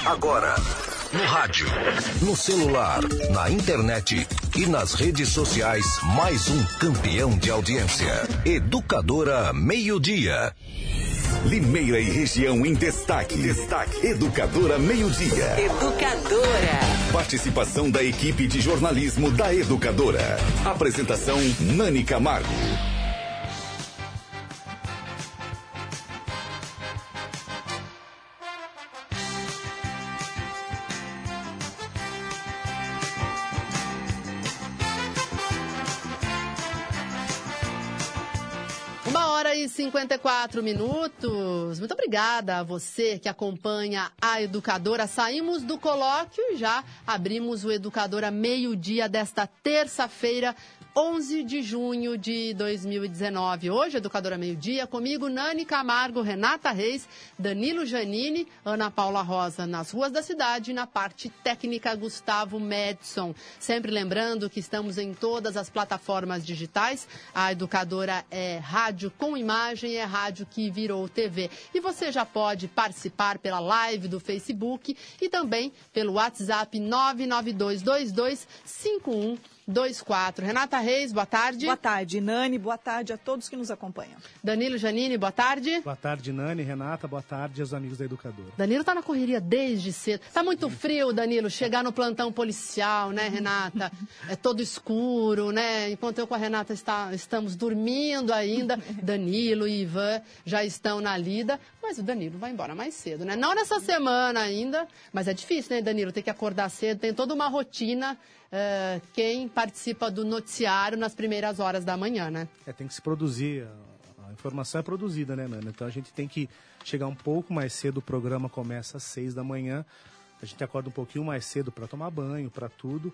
Agora, no rádio, no celular, na internet e nas redes sociais, mais um campeão de audiência. Educadora Meio-Dia. Limeira e região em destaque. Educadora Meio-Dia. Educadora. Participação da equipe de jornalismo da Educadora. Apresentação Nani Camargo. E 54 minutos. Muito obrigada a você que acompanha a Educadora. Saímos do colóquio e já abrimos o Educadora Meio-Dia desta terça-feira, 11 de junho de 2019. Hoje, Educadora Meio-Dia, comigo, Nani Camargo, Renata Reis, Danilo Janini, Ana Paula Rosa, nas ruas da cidade, e na parte técnica, Gustavo Madison. Sempre lembrando que estamos em todas as plataformas digitais. A Educadora é rádio com imagem, é rádio que virou TV. E você já pode participar pela live do Facebook e também pelo WhatsApp 992225124. Renata Reis, boa tarde. Boa tarde, Nani. Boa tarde a todos que nos acompanham. Danilo Janini, boa tarde. Boa tarde, Nani, Renata. Boa tarde aos amigos da Educadora. Danilo tá na correria desde cedo. Tá muito frio, Danilo, chegar no plantão policial, né, Renata? É todo escuro, né? Enquanto eu com a Renata estamos dormindo ainda, Danilo e Ivan já estão na lida, mas o Danilo vai embora mais cedo, né? Não nessa semana ainda, mas é difícil, né, Danilo? Tem que acordar cedo, tem toda uma rotina. Quem participa do noticiário nas primeiras horas da manhã, né? Tem que se produzir, a informação é produzida, né, Nana? Então a gente tem que chegar um pouco mais cedo, o programa começa às 6 da manhã, a gente acorda um pouquinho mais cedo para tomar banho, para tudo.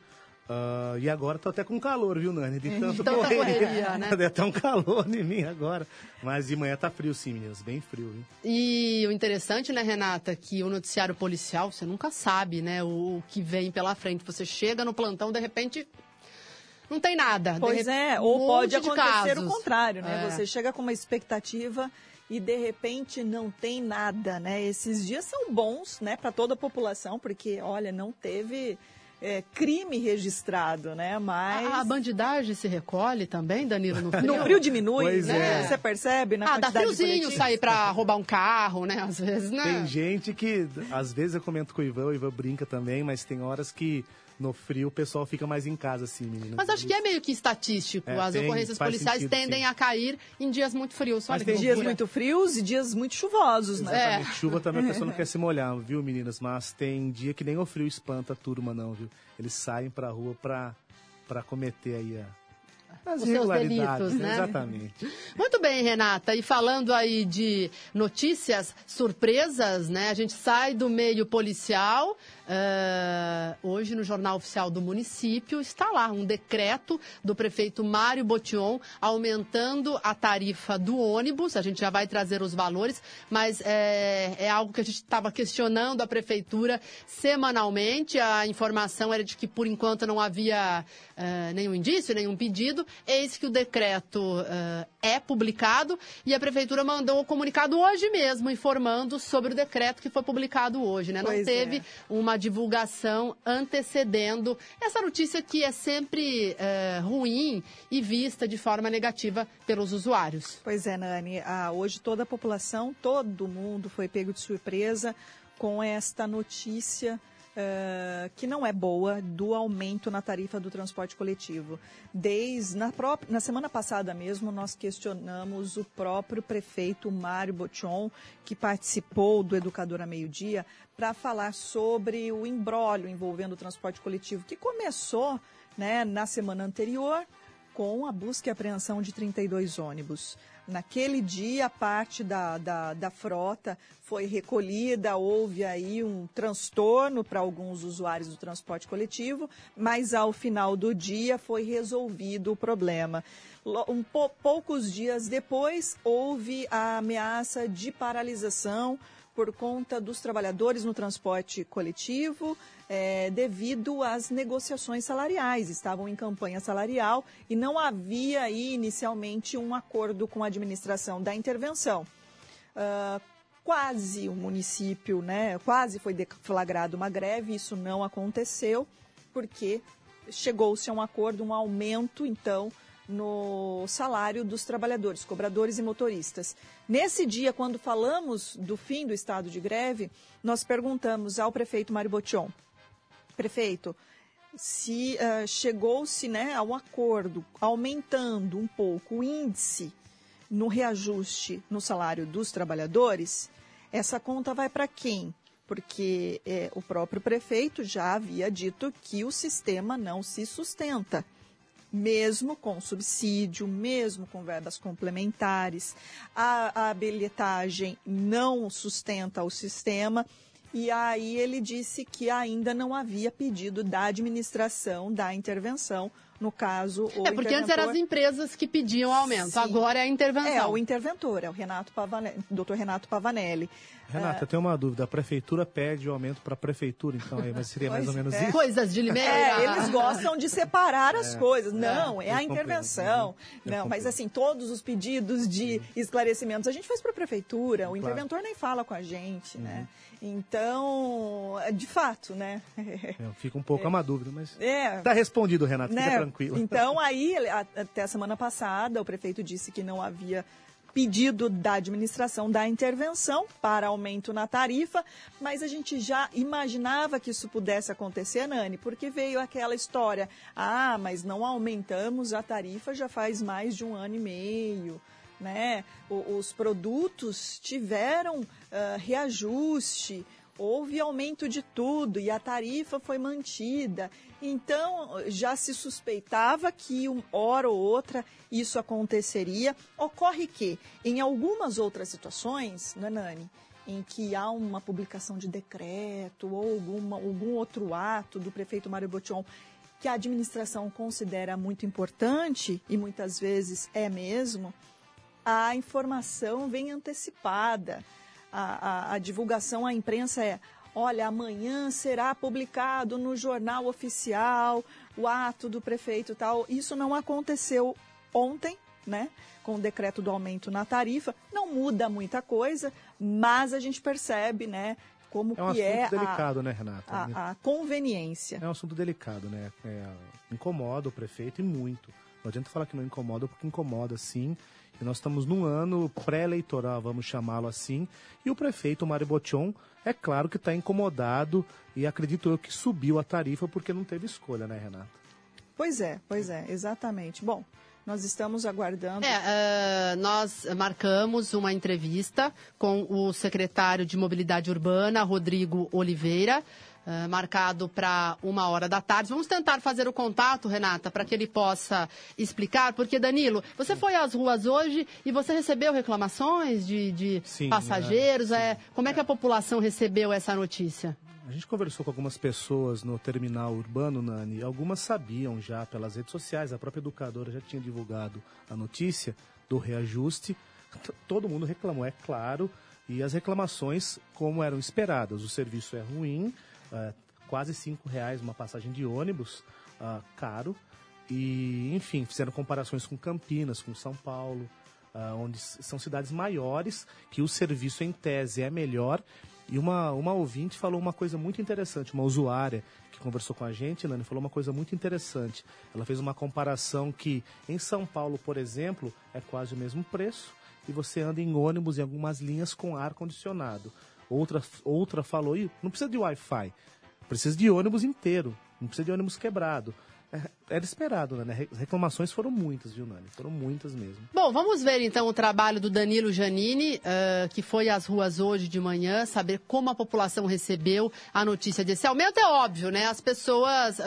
E agora tô até com calor, viu, Nani? De tanto correria, né? Deve estar um calor em mim agora. Mas de manhã tá frio sim, meninas, bem frio, viu? E o interessante, né, Renata, que o noticiário policial, você nunca sabe, né, o que vem pela frente. Você chega no plantão, de repente, não tem nada. Pois ou pode acontecer o contrário, né? Você chega com uma expectativa e de repente não tem nada, né? Esses dias são bons, né, para toda a população, porque, olha, não teve crime registrado, né? Mas a bandidagem se recolhe também, Danilo, no frio? No frio diminui, pois né? Você percebe na quantidade dá friozinho de sair pra roubar um carro, né? Às vezes, né? Tem gente que, às vezes eu comento com o Ivan brinca também, mas tem horas que no frio o pessoal fica mais em casa, assim, menina. Mas acho que é meio que estatístico. As ocorrências policiais tendem a cair em dias muito frios. Mas tem dias muito frios e dias muito chuvosos, né? Exatamente. Chuva também a pessoa não quer se molhar, viu, meninas? Mas tem dia que nem o frio espanta a turma, não, viu? Eles saem pra rua pra cometer aí as irregularidades, delitos, né? Exatamente. Muito bem, Renata. E falando aí de notícias surpresas, né? A gente sai do meio policial. Hoje, no Jornal Oficial do Município, está lá um decreto do prefeito Mário Botion aumentando a tarifa do ônibus. A gente já vai trazer os valores, mas é algo que a gente estava questionando a prefeitura semanalmente. A informação era de que, por enquanto, não havia nenhum indício, nenhum pedido. Eis que o decreto é publicado e a prefeitura mandou um comunicado hoje mesmo, informando sobre o decreto que foi publicado hoje, né? Não teve uma divulgação antecedendo essa notícia que é sempre ruim e vista de forma negativa pelos usuários. Pois é, Nani. Hoje toda a população, todo mundo foi pego de surpresa com esta notícia que não é boa, do aumento na tarifa do transporte coletivo. Na semana passada mesmo, nós questionamos o próprio prefeito Mário Botion, que participou do Educadora Meio-Dia, para falar sobre o imbróglio envolvendo o transporte coletivo, que começou, né, na semana anterior, com a busca e apreensão de 32 ônibus. Naquele dia, parte da frota foi recolhida, houve aí um transtorno para alguns usuários do transporte coletivo, mas ao final do dia foi resolvido o problema. Poucos dias depois, houve a ameaça de paralisação por conta dos trabalhadores no transporte coletivo, devido às negociações salariais. Estavam em campanha salarial e não havia aí inicialmente um acordo com a administração da intervenção. Quase o município, né, quase foi deflagrada uma greve, isso não aconteceu, porque chegou-se a um acordo, um aumento, então, no salário dos trabalhadores, cobradores e motoristas. Nesse dia, quando falamos do fim do estado de greve, nós perguntamos ao prefeito Mário Botion, prefeito, se chegou-se, né, a um acordo, aumentando um pouco o índice no reajuste no salário dos trabalhadores, essa conta vai para quem? Porque o próprio prefeito já havia dito que o sistema não se sustenta, mesmo com subsídio, mesmo com verbas complementares. A bilhetagem não sustenta o sistema. E aí ele disse que ainda não havia pedido da administração da intervenção, no caso, o porque antes eram as empresas que pediam aumento, sim, agora é a intervenção. É, o interventor, é o Dr. Renato Pavanelli. Renata, eu tenho uma dúvida, a prefeitura pede o aumento para a prefeitura, então, mas seria mais ou menos isso? Coisas de Limeira. Eles gostam de separar as coisas. Não, é a intervenção. Não, mas assim, todos os pedidos de esclarecimentos a gente faz para a prefeitura, o interventor nem fala com a gente, né? Então, de fato, né? Fica um pouco uma dúvida, mas está respondido, Renato, fica tranquilo. Então, aí, até a semana passada, o prefeito disse que não havia pedido da administração da intervenção para aumento na tarifa, mas a gente já imaginava que isso pudesse acontecer, Nani, porque veio aquela história, mas não aumentamos a tarifa já faz mais de 1 ano e meio, né? Os produtos tiveram reajuste, houve aumento de tudo e a tarifa foi mantida. Então, já se suspeitava que, hora ou outra, isso aconteceria. Ocorre que, em algumas outras situações, né, Nani, em que há uma publicação de decreto ou algum outro ato do prefeito Mário Botion que a administração considera muito importante, e muitas vezes é mesmo, a informação vem antecipada. A divulgação à imprensa é: olha, amanhã será publicado no jornal oficial o ato do prefeito e tal. Isso não aconteceu ontem, né? Com o decreto do aumento na tarifa. Não muda muita coisa, mas a gente percebe, né? Como que é um assunto delicado, né, Renata? A conveniência. É um assunto delicado, né? Incomoda o prefeito e muito. Não adianta falar que não incomoda, porque incomoda sim. E nós estamos num ano pré-eleitoral, vamos chamá-lo assim, e o prefeito Mário Botion, é claro que está incomodado, e acredito eu que subiu a tarifa porque não teve escolha, né, Renata? Pois é, exatamente. Bom, nós estamos aguardando... Nós marcamos uma entrevista com o secretário de Mobilidade Urbana, Rodrigo Oliveira, marcado para 13h. Vamos tentar fazer o contato, Renata, para que ele possa explicar, porque, Danilo, você foi às ruas hoje e você recebeu reclamações de sim, passageiros. Sim. Como é que a população recebeu essa notícia? A gente conversou com algumas pessoas no terminal urbano, Nani, algumas sabiam já pelas redes sociais, a própria educadora já tinha divulgado a notícia do reajuste, todo mundo reclamou, é claro, e as reclamações como eram esperadas, o serviço é ruim, quase R$5 uma passagem de ônibus, caro, e enfim, fizeram comparações com Campinas, com São Paulo, onde são cidades maiores, que o serviço em tese é melhor. E uma ouvinte falou uma coisa muito interessante, uma usuária que conversou com a gente, Nani, falou uma coisa muito interessante. Ela fez uma comparação que em São Paulo, por exemplo, é quase o mesmo preço e você anda em ônibus em algumas linhas com ar-condicionado. Outra falou, não precisa de Wi-Fi, precisa de ônibus inteiro, não precisa de ônibus quebrado. Era esperado, né? Reclamações foram muitas, viu, Nani? Foram muitas mesmo. Bom, vamos ver então o trabalho do Danilo Giannini, que foi às ruas hoje de manhã, saber como a população recebeu a notícia desse aumento. É óbvio, né? As pessoas,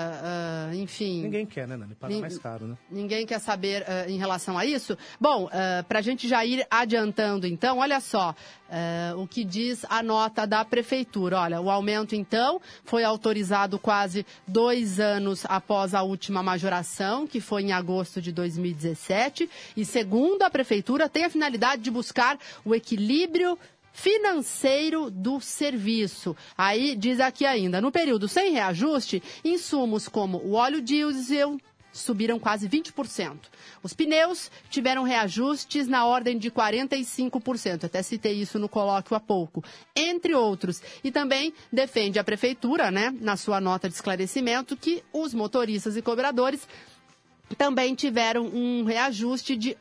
enfim... Ninguém quer, né, Nani? Paga mais caro, né? Ninguém quer saber em relação a isso. Bom, para a gente já ir adiantando então, olha só o que diz a nota da prefeitura. Olha, o aumento então foi autorizado quase 2 anos após a última majoração, que foi em agosto de 2017, e segundo a prefeitura tem a finalidade de buscar o equilíbrio financeiro do serviço. Aí diz aqui ainda, no período sem reajuste, insumos como o óleo diesel, subiram quase 20%. Os pneus tiveram reajustes na ordem de 45%. Até citei isso no colóquio há pouco. Entre outros. E também defende a Prefeitura, né, na sua nota de esclarecimento, que os motoristas e cobradores também tiveram um reajuste de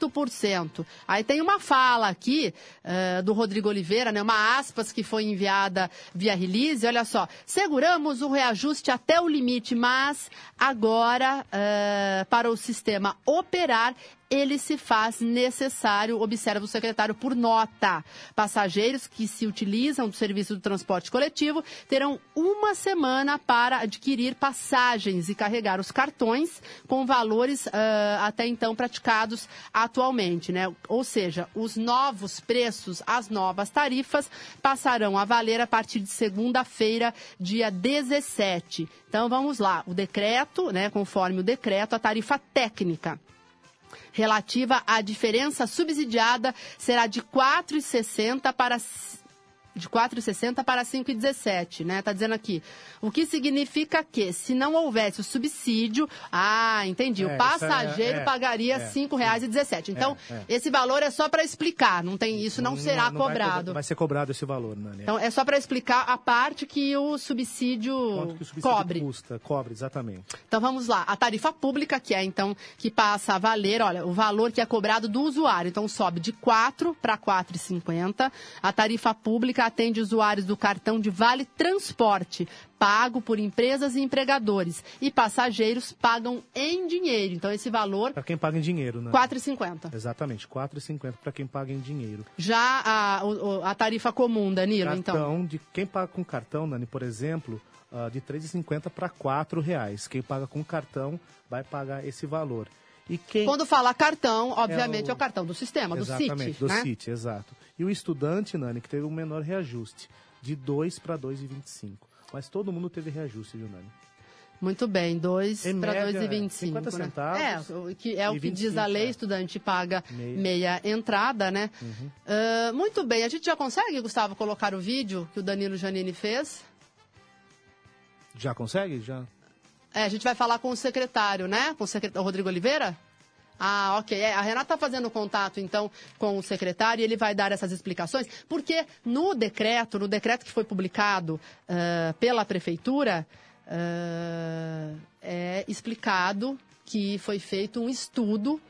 8%. Aí tem uma fala aqui do Rodrigo Oliveira, né, uma aspas que foi enviada via release. Olha só, seguramos o reajuste até o limite, mas agora, para o sistema operar, ele se faz necessário, observa o secretário, por nota. Passageiros que se utilizam do serviço do transporte coletivo terão uma semana para adquirir passagens e carregar os cartões com valores até então praticados atualmente, né? Ou seja, os novos preços, as novas tarifas passarão a valer a partir de segunda-feira, dia 17. Então vamos lá, o decreto, né, conforme o decreto, a tarifa técnica relativa à diferença subsidiada será de R$ 4,60 para de 4,60 para 5,17, né? Tá dizendo aqui. O que significa que, se não houvesse o subsídio, entendi, o passageiro pagaria R$ 5,17. Então, esse valor é só para explicar, não tem isso, não será cobrado. Vai ser cobrado esse valor, Nani. Então, é só para explicar a parte que o subsídio, cobre. Cobre, exatamente. Então, vamos lá. A tarifa pública, que é, então, que passa a valer, olha, o valor que é cobrado do usuário. Então, sobe de 4 para 4,50. A tarifa pública atende usuários do cartão de Vale Transporte, pago por empresas e empregadores. E passageiros pagam em dinheiro. Então, esse valor... Para quem paga em dinheiro, né? R$ 4,50. Exatamente, R$ 4,50 para quem paga em dinheiro. Já a tarifa comum, Danilo, então? De quem paga com cartão, Nani, por exemplo, de R$ 3,50 para R$ 4,00. Quem paga com cartão vai pagar esse valor. E quando fala cartão, obviamente é o cartão do sistema, do CIT. Exatamente, do CIT, exato. E o estudante, Nani, que teve um menor reajuste, de 2 para 2,25. Mas todo mundo teve reajuste, viu, Nani? Muito bem, 2 para 2,25. 50 centavos. É o que diz a lei, estudante paga meia entrada, né? Uhum. Muito bem, a gente já consegue, Gustavo, colocar o vídeo que o Danilo Giannini fez? Já consegue? Já. A gente vai falar com o secretário, né? Com o Rodrigo Oliveira? Ok. A Renata está fazendo contato, então, com o secretário e ele vai dar essas explicações, porque no decreto que foi publicado pela Prefeitura, é explicado que foi feito um estudo,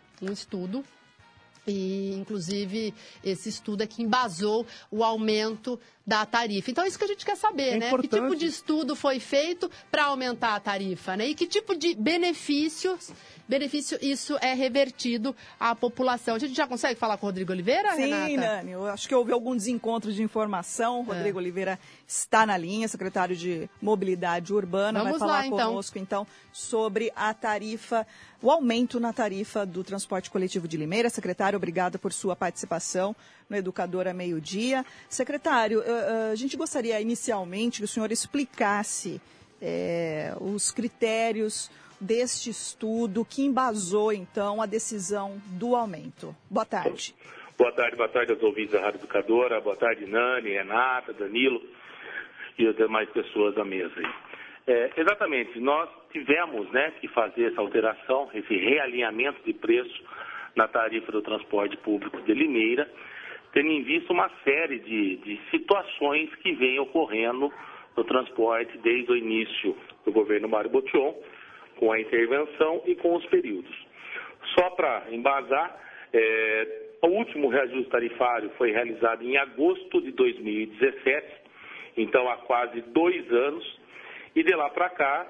e, inclusive, esse estudo é que embasou o aumento da tarifa. Então, é isso que a gente quer saber, né? Que tipo de estudo foi feito para aumentar a tarifa, né? E que tipo de benefício isso é revertido à população. A gente já consegue falar com o Rodrigo Oliveira, Renata? Sim, Nani. Eu acho que houve algum desencontro de informação. O Rodrigo Oliveira está na linha, secretário de Mobilidade Urbana. Vamos vai falar lá, conosco, então, sobre a tarifa, o aumento na tarifa do transporte coletivo de Limeira. Secretário, obrigada por sua participação no Educadora Meio-Dia. Secretário, a gente gostaria inicialmente que o senhor explicasse os critérios deste estudo que embasou, então, a decisão do aumento. Boa tarde. Boa tarde aos ouvintes da Rádio Educadora. Boa tarde, Nani, Renata, Danilo e as demais pessoas da mesa aí. Exatamente, nós tivemos, né, que fazer essa alteração, esse realinhamento de preço na tarifa do transporte público de Limeira, tendo em vista uma série de situações que vêm ocorrendo no transporte desde o início do governo Mário Botion, com a intervenção e com os períodos. Só para embasar, o último reajuste tarifário foi realizado em agosto de 2017, então há quase 2 anos, e de lá para cá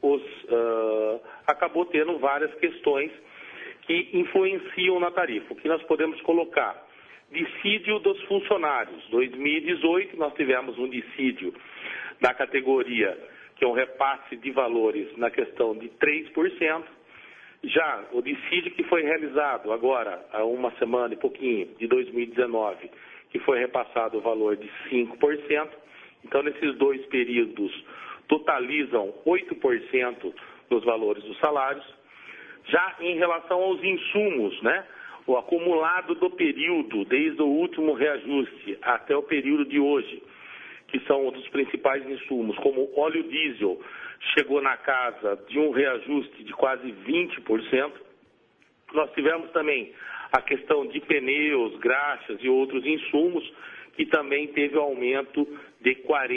acabou tendo várias questões que influenciam na tarifa. O que nós podemos colocar? Dissídio dos funcionários. Em 2018 nós tivemos um dissídio na categoria, que é um repasse de valores na questão de 3%. Já o dissídio que foi realizado agora, há uma semana e pouquinho, de 2019, que foi repassado o valor de 5%. Então, nesses 2 períodos, totalizam 8% dos valores dos salários. Já em relação aos insumos, né? O acumulado do período, desde o último reajuste até o período de hoje, que são um dos principais insumos, como óleo diesel, chegou na casa de um reajuste de quase 20%. Nós tivemos também a questão de pneus, graxas e outros insumos, que também teve aumento de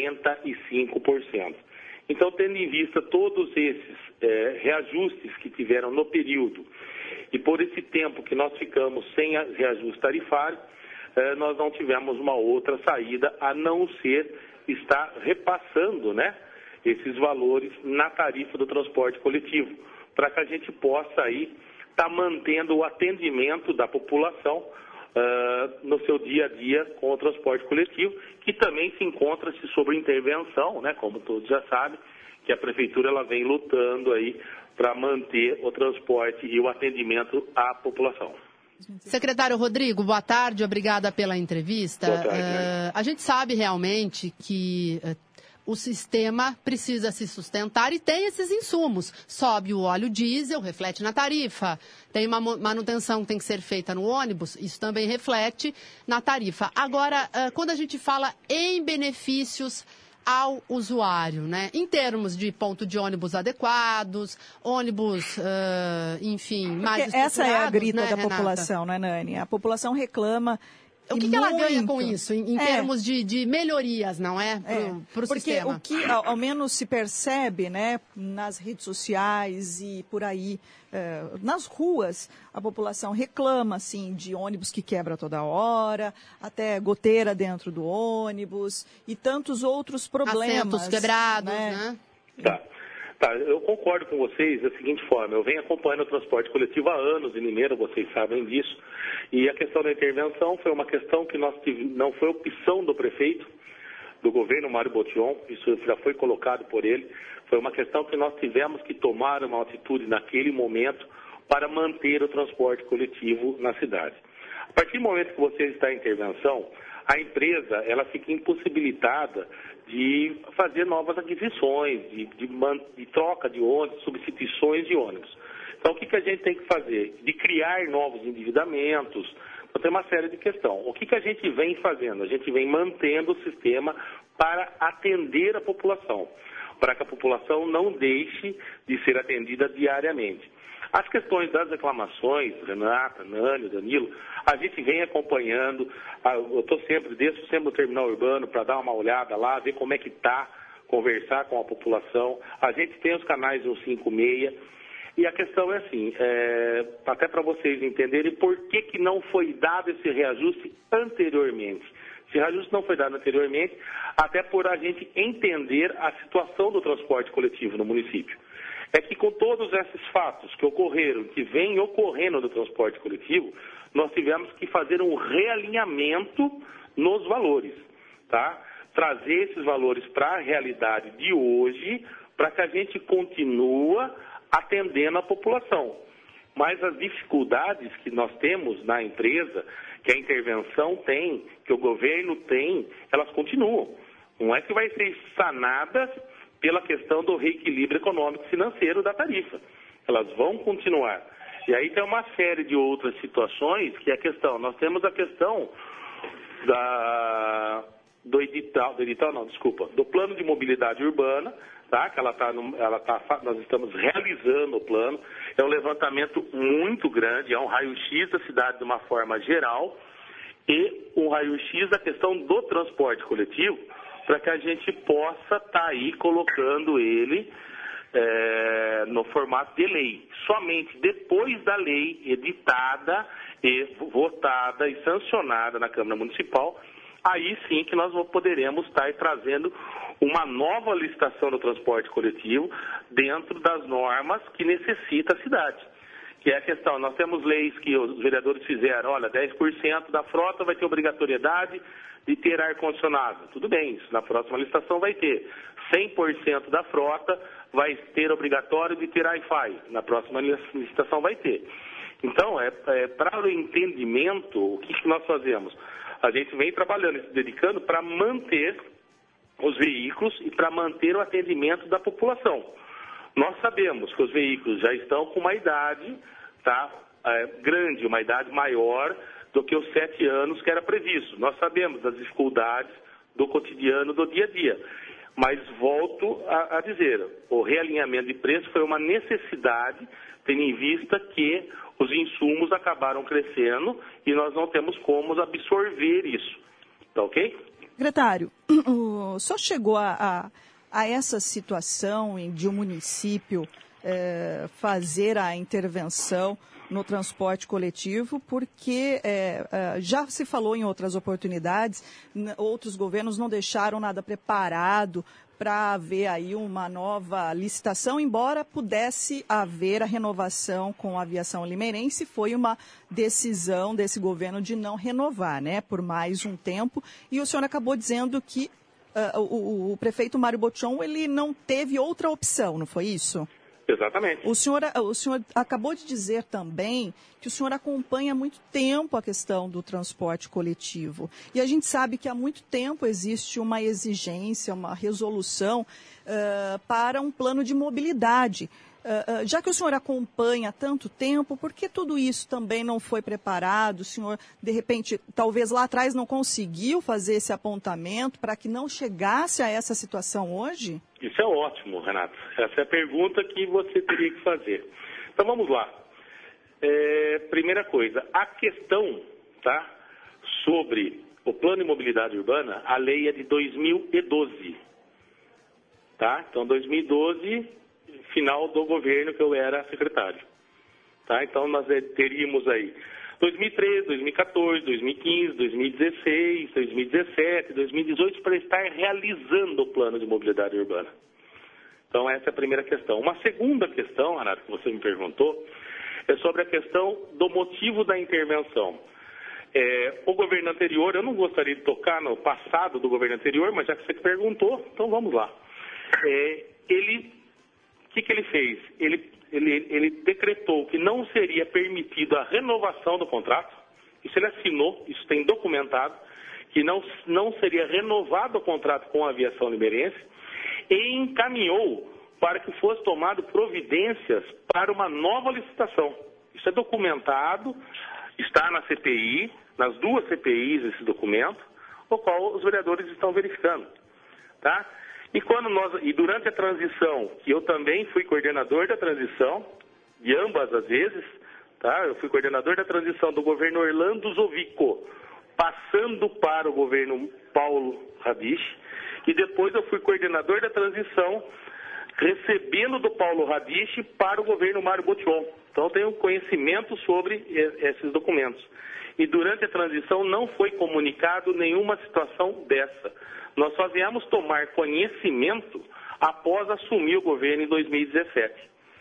45%. Então, tendo em vista todos esses reajustes que tiveram no período, e por esse tempo que nós ficamos sem reajuste tarifário, nós não tivemos uma outra saída a não ser estar repassando, né, esses valores na tarifa do transporte coletivo, para que a gente possa aí estar mantendo o atendimento da população no seu dia a dia com o transporte coletivo, que também se encontra-se sob intervenção, né, como todos já sabem, que a Prefeitura ela vem lutando aí para manter o transporte e o atendimento à população. Secretário Rodrigo, boa tarde, obrigada pela entrevista. Boa tarde, a gente sabe realmente que o sistema precisa se sustentar e tem esses insumos. Sobe o óleo diesel, reflete na tarifa. Tem uma manutenção que tem que ser feita no ônibus, isso também reflete na tarifa. Agora, quando a gente fala em benefícios ao usuário, né? Em termos de ponto de ônibus adequados, ônibus, enfim, mais estruturados, essa é a grita, né, da Renata? população, né, Nani? A população reclama. O que ela ganha com isso, em termos de melhorias, não é? Para o sistema. Porque o que ao menos se percebe, né, nas redes sociais e por aí, nas ruas, a população reclama, assim, de ônibus que quebra toda hora, até goteira dentro do ônibus e tantos outros problemas. Assentos quebrados, né? Tá, eu concordo com vocês da seguinte forma, eu venho acompanhando o transporte coletivo há anos em Limeira, vocês sabem disso, e a questão da intervenção foi uma questão que não foi opção do prefeito, do governo Mário Botion, isso já foi colocado por ele, foi uma questão que nós tivemos que tomar uma atitude naquele momento para manter o transporte coletivo na cidade. A partir do momento que você está em intervenção, a empresa ela fica impossibilitada de fazer novas aquisições, de troca de ônibus, substituições de ônibus. Então, o que a gente tem que fazer? De criar novos endividamentos. Então, tem uma série de questões. O que a gente vem fazendo? A gente vem mantendo o sistema para atender a população, para que a população não deixe de ser atendida diariamente. As questões das reclamações, Renata, Nani, Danilo, a gente vem acompanhando, eu estou desço sempre no terminal urbano para dar uma olhada lá, ver como é que está, conversar com a população. A gente tem os canais 156 e a questão é assim, até para vocês entenderem por que não foi dado esse reajuste anteriormente. Esse reajuste não foi dado anteriormente, até por a gente entender a situação do transporte coletivo no município. É que com todos esses fatos que ocorreram, que vêm ocorrendo no transporte coletivo, nós tivemos que fazer um realinhamento nos valores, tá? Trazer esses valores para a realidade de hoje, para que a gente continue atendendo a população. Mas as dificuldades que nós temos na empresa, que a intervenção tem, que o governo tem, elas continuam. Não é que vai ser sanadas pela questão do reequilíbrio econômico financeiro da tarifa. Elas vão continuar. E aí tem uma série de outras situações que é a questão. Nós temos a questão do plano de mobilidade urbana, tá? Que nós estamos realizando o plano. É um levantamento muito grande, é um raio-x da cidade de uma forma geral e um raio-x da questão do transporte coletivo, para que a gente possa estar aí colocando ele no formato de lei. Somente depois da lei editada e votada e sancionada na Câmara Municipal, aí sim que nós poderemos estar aí trazendo uma nova licitação do transporte coletivo dentro das normas que necessita a cidade. Que é a questão, nós temos leis que os vereadores fizeram, olha, 10% da frota vai ter obrigatoriedade de ter ar-condicionado. Tudo bem, isso na próxima licitação vai ter. 100% da frota vai ter obrigatório de ter Wi-Fi. Na próxima licitação vai ter. Então, para o entendimento, o que nós fazemos? A gente vem trabalhando e se dedicando para manter os veículos e para manter o atendimento da população. Nós sabemos que os veículos já estão com uma idade grande, uma idade maior do que os 7 anos que era previsto. Nós sabemos das dificuldades do cotidiano, do dia a dia. Mas volto a dizer, o realinhamento de preço foi uma necessidade, tendo em vista que os insumos acabaram crescendo e nós não temos como absorver isso. Tá ok? Secretário, o senhor chegou a essa situação de um município fazer a intervenção no transporte coletivo, porque já se falou em outras oportunidades, outros governos não deixaram nada preparado para haver aí uma nova licitação, embora pudesse haver a renovação com a aviação limeirense, foi uma decisão desse governo de não renovar, né, por mais um tempo, e o senhor acabou dizendo que o prefeito Mário Botion, ele não teve outra opção, não foi isso? Exatamente. O senhor acabou de dizer também que o senhor acompanha há muito tempo a questão do transporte coletivo. E a gente sabe que há muito tempo existe uma exigência, uma resolução para um plano de mobilidade. Já que o senhor acompanha há tanto tempo, por que tudo isso também não foi preparado? O senhor, de repente, talvez lá atrás não conseguiu fazer esse apontamento para que não chegasse a essa situação hoje? Isso é ótimo, Renato. Essa é a pergunta que você teria que fazer. Então vamos lá. Primeira coisa, a questão, tá, sobre o plano de mobilidade urbana, a lei é de 2012. Tá? Então 2012... final do governo que eu era secretário. Tá? Então, nós teríamos aí 2013, 2014, 2015, 2016, 2017, 2018 para estar realizando o plano de mobilidade urbana. Então, essa é a primeira questão. Uma segunda questão, Renato, que você me perguntou, é sobre a questão do motivo da intervenção. O governo anterior, eu não gostaria de tocar no passado do governo anterior, mas já que você perguntou, então vamos lá. O que ele fez? Ele decretou que não seria permitido a renovação do contrato, isso ele assinou, isso tem documentado, que não seria renovado o contrato com a aviação limeirense e encaminhou para que fosse tomado providências para uma nova licitação. Isso é documentado, está na CPI, nas duas CPIs esse documento, o qual os vereadores estão verificando. Tá? E durante a transição, que eu também fui coordenador da transição, de ambas as vezes, tá? Eu fui coordenador da transição do governo Orlando Zovico, passando para o governo Paulo Radiche, e depois eu fui coordenador da transição, recebendo do Paulo Radiche para o governo Mário Botion. Então eu tenho conhecimento sobre esses documentos. E durante a transição não foi comunicado nenhuma situação dessa. Nós só viemos tomar conhecimento após assumir o governo em 2017.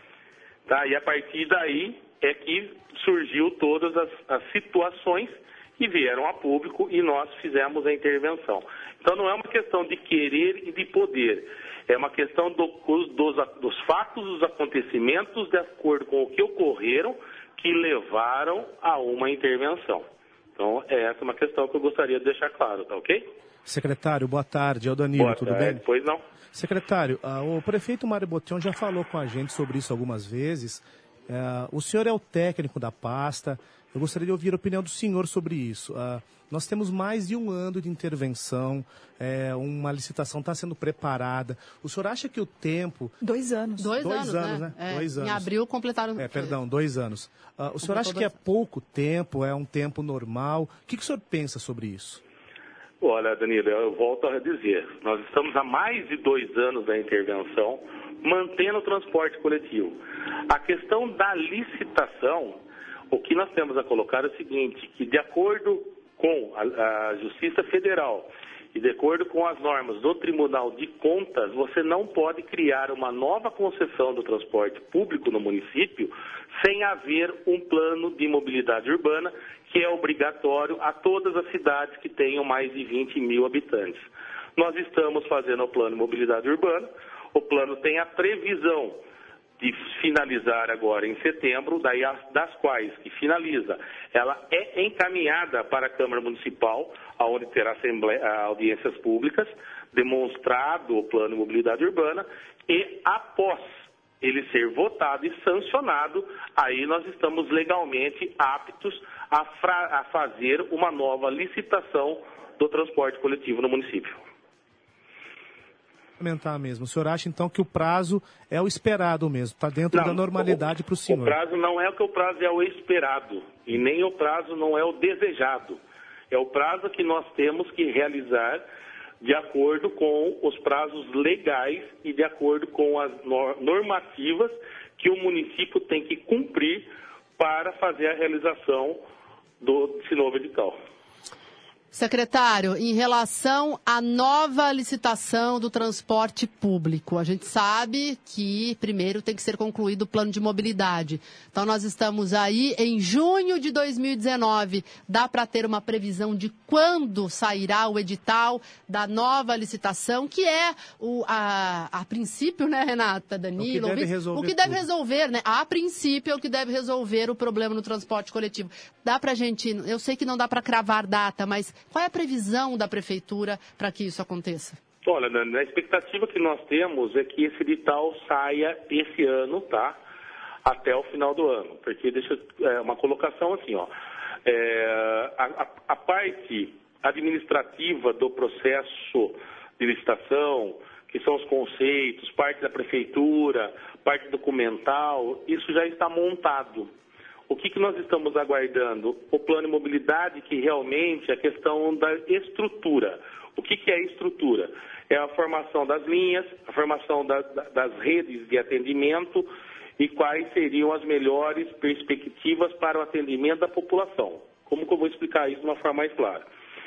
Tá? E a partir daí é que surgiu todas as situações que vieram a público e nós fizemos a intervenção. Então não é uma questão de querer e de poder, é uma questão dos fatos, dos acontecimentos de acordo com o que ocorreram que levaram a uma intervenção. Então essa é uma questão que eu gostaria de deixar claro, tá ok? Secretário, boa tarde. É o Danilo, tudo bem? Pois não. Secretário, o prefeito Mário Botion já falou com a gente sobre isso algumas vezes. O senhor é o técnico da pasta. Eu gostaria de ouvir a opinião do senhor sobre isso. Nós temos mais de um ano de intervenção, uma licitação está sendo preparada. O senhor acha que o tempo... 2 anos. 2 anos, né? 2 anos. Em abril completaram... 2 anos. O senhor acha que é pouco tempo, é um tempo normal? O que o senhor pensa sobre isso? Olha, Danilo, eu volto a dizer, nós estamos há mais de 2 anos da intervenção, mantendo o transporte coletivo. A questão da licitação, o que nós temos a colocar é o seguinte, que de acordo com a Justiça Federal e de acordo com as normas do Tribunal de Contas, você não pode criar uma nova concessão do transporte público no município sem haver um plano de mobilidade urbana que é obrigatório a todas as cidades que tenham mais de 20 mil habitantes. Nós estamos fazendo o plano de mobilidade urbana, o plano tem a previsão de finalizar agora em setembro, daí das quais que finaliza, ela é encaminhada para a Câmara Municipal, onde terá audiências públicas, demonstrado o plano de mobilidade urbana, e após ele ser votado e sancionado, aí nós estamos legalmente aptos a fazer uma nova licitação do transporte coletivo no município. Comentar mesmo. O senhor acha, então, que o prazo é o esperado mesmo? Está dentro da normalidade para o senhor? O prazo não é que o prazo é o esperado, e nem o prazo não é o desejado. É o prazo que nós temos que realizar de acordo com os prazos legais e de acordo com as normativas que o município tem que cumprir para fazer a realização desse novo edital. Secretário, em relação à nova licitação do transporte público, a gente sabe que primeiro tem que ser concluído o plano de mobilidade. Então, nós estamos aí em junho de 2019. Dá para ter uma previsão de quando sairá o edital da nova licitação, que é, a princípio, né, Renata, Danilo? O que deve resolver, né? A princípio, é o que deve resolver o problema no transporte coletivo. Dá para a gente, eu sei que não dá para cravar data, mas qual é a previsão da Prefeitura para que isso aconteça? Olha, Dani, a expectativa que nós temos é que esse edital saia esse ano, tá? Até o final do ano. Porque deixa uma colocação assim, ó. A parte administrativa do processo de licitação, que são os conceitos, parte da Prefeitura, parte documental, isso já está montado. O que nós estamos aguardando? O plano de mobilidade, que realmente é a questão da estrutura. O que é a estrutura? É a formação das linhas, a formação das redes de atendimento e quais seriam as melhores perspectivas para o atendimento da população. Como que eu vou explicar isso de uma forma mais clara?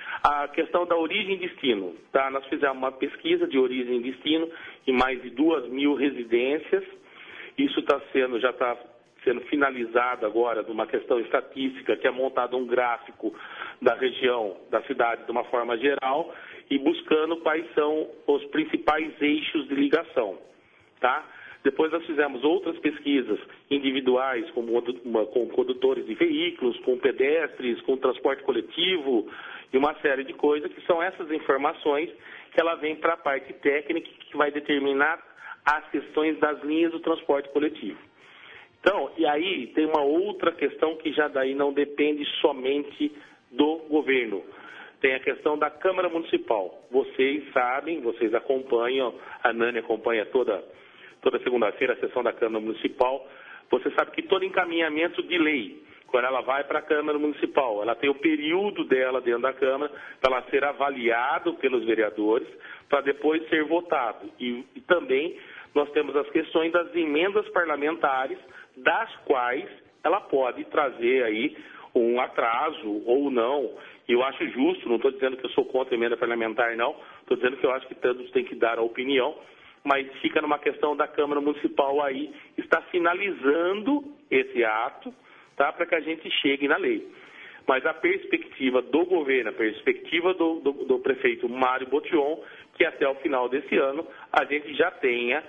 A questão da origem e destino. Tá? Nós fizemos uma pesquisa de origem e destino em mais de 2.000 residências. Isso já está sendo finalizado agora de uma questão estatística, que é montado um gráfico da região, da cidade, de uma forma geral, e buscando quais são os principais eixos de ligação. Tá? Depois nós fizemos outras pesquisas individuais, com condutores de veículos, com pedestres, com transporte coletivo e uma série de coisas, que são essas informações que ela vem para a parte técnica, que vai determinar as questões das linhas do transporte coletivo. Então, e aí tem uma outra questão que já daí não depende somente do governo. Tem a questão da Câmara Municipal. Vocês sabem, vocês acompanham, a Nani acompanha toda segunda-feira a sessão da Câmara Municipal. Você sabe que todo encaminhamento de lei, quando ela vai para a Câmara Municipal, ela tem o período dela dentro da Câmara para ela ser avaliado pelos vereadores, para depois ser votado. E também nós temos as questões das emendas parlamentares, das quais ela pode trazer aí um atraso ou não. E eu acho justo, não estou dizendo que eu sou contra a emenda parlamentar, não. Estou dizendo que eu acho que todos têm que dar a opinião, mas fica numa questão da Câmara Municipal aí, está finalizando esse ato, tá, para que a gente chegue na lei. Mas a perspectiva do governo, a perspectiva do prefeito Mário Botion, que até o final desse ano a gente já tenha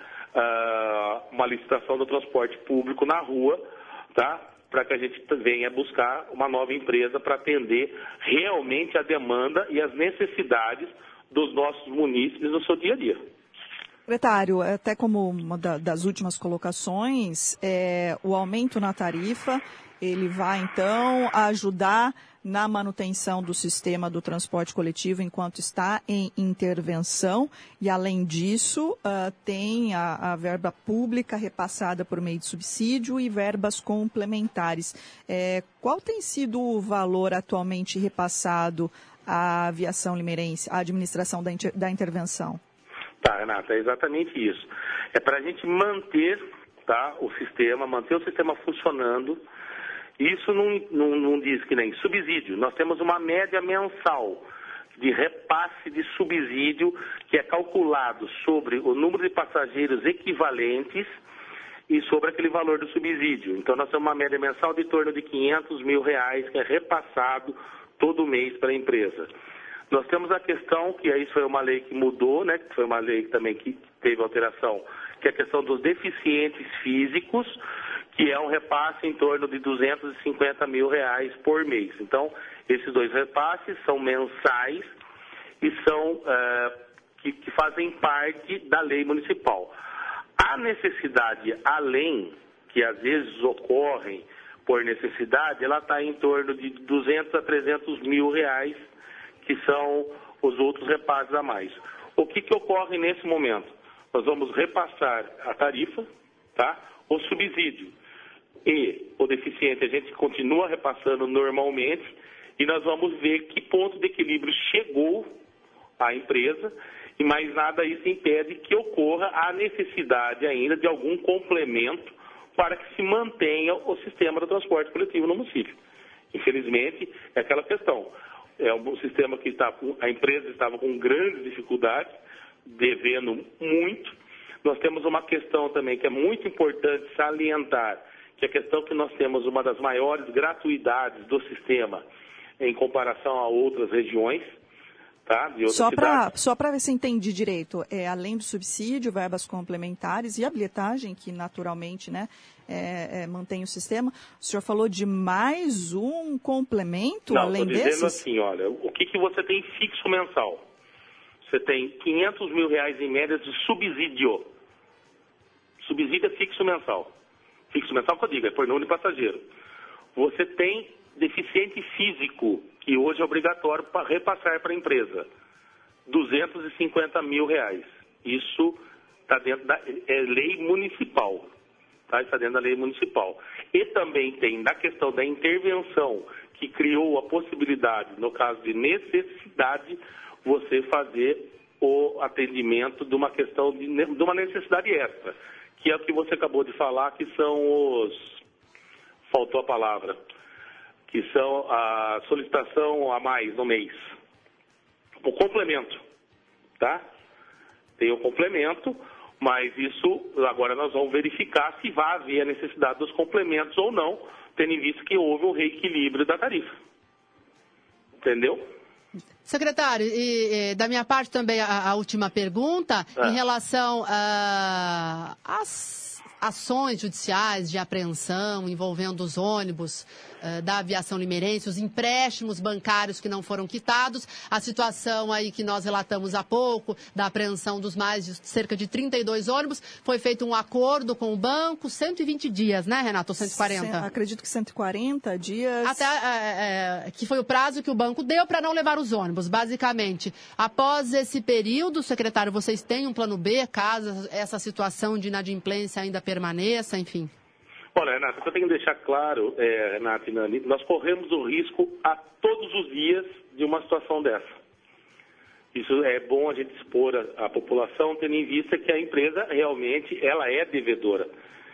uma licitação do transporte público na rua, tá? Para que a gente venha buscar uma nova empresa para atender realmente a demanda e as necessidades dos nossos munícipes no seu dia a dia. Secretário, até como uma das últimas colocações, o aumento na tarifa, ele vai então ajudar na manutenção do sistema do transporte coletivo enquanto está em intervenção e, além disso, tem a verba pública repassada por meio de subsídio e verbas complementares. Qual tem sido o valor atualmente repassado à aviação limeirense, à administração da intervenção? Tá, Renata, é exatamente isso. É para a gente manter, tá, o sistema funcionando. Isso não diz que nem subsídio. Nós temos uma média mensal de repasse de subsídio que é calculado sobre o número de passageiros equivalentes e sobre aquele valor do subsídio. Então, nós temos uma média mensal de torno de R$500 mil que é repassado todo mês para a empresa. Nós temos a questão, que isso foi uma lei que mudou, né, que foi uma lei também que teve alteração, que é a questão dos deficientes físicos, que é um repasse em torno de R$250 mil por mês. Então, esses dois repasses são mensais e são que fazem parte da lei municipal. A necessidade além, que às vezes ocorrem por necessidade, ela está em torno de 200 a 300 mil reais, que são os outros repasses a mais. O que ocorre nesse momento? Nós vamos repassar a tarifa, tá? O subsídio e o deficiente a gente continua repassando normalmente e nós vamos ver que ponto de equilíbrio chegou a empresa e mais nada isso impede que ocorra a necessidade ainda de algum complemento para que se mantenha o sistema do transporte coletivo no município. Infelizmente, é aquela questão. É um sistema que a empresa estava com grandes dificuldades, devendo muito. Nós temos uma questão também que é muito importante salientar, que é a questão que nós temos uma das maiores gratuidades do sistema em comparação a outras regiões. Tá? Só para ver se entendi direito, além do subsídio, verbas complementares e a bilhetagem, que naturalmente, né, mantém o sistema, o senhor falou de mais um complemento além desses? Não, estou dizendo assim, olha, o que você tem fixo mensal? Você tem 500 mil reais em média de subsídio. Subsídio é fixo mensal. Fixo mensal que eu digo, é por número de passageiro. Você tem deficiente físico, que hoje é obrigatório para repassar para a empresa, 250 mil reais. Isso está dentro da lei municipal. Tá? Está dentro da lei municipal. E também tem, na questão da intervenção, que criou a possibilidade, no caso de necessidade, você fazer o atendimento de uma questão de uma necessidade extra, que é o que você acabou de falar, que são os... Faltou a palavra. Que são a solicitação a mais no mês. O complemento, tá? Tem o complemento, mas isso agora nós vamos verificar se vai haver a necessidade dos complementos ou não, tendo em vista que houve um reequilíbrio da tarifa. Entendeu? Secretário, e da minha parte também a última pergunta, em relação às ações judiciais de apreensão envolvendo os ônibus da aviação limeirense, os empréstimos bancários que não foram quitados, a situação aí que nós relatamos há pouco, da apreensão dos mais de cerca de 32 ônibus, foi feito um acordo com o banco, 120 dias, né, Renato, ou 140? Acredito que 140 dias. Até que foi o prazo que o banco deu para não levar os ônibus, basicamente. Após esse período, secretário, vocês têm um plano B, caso essa situação de inadimplência ainda permaneça, enfim? Olha, Renata, eu tenho que deixar claro, Renata e Nani, nós corremos o risco a todos os dias de uma situação dessa. Isso é bom a gente expor a população, tendo em vista que a empresa realmente ela é devedora.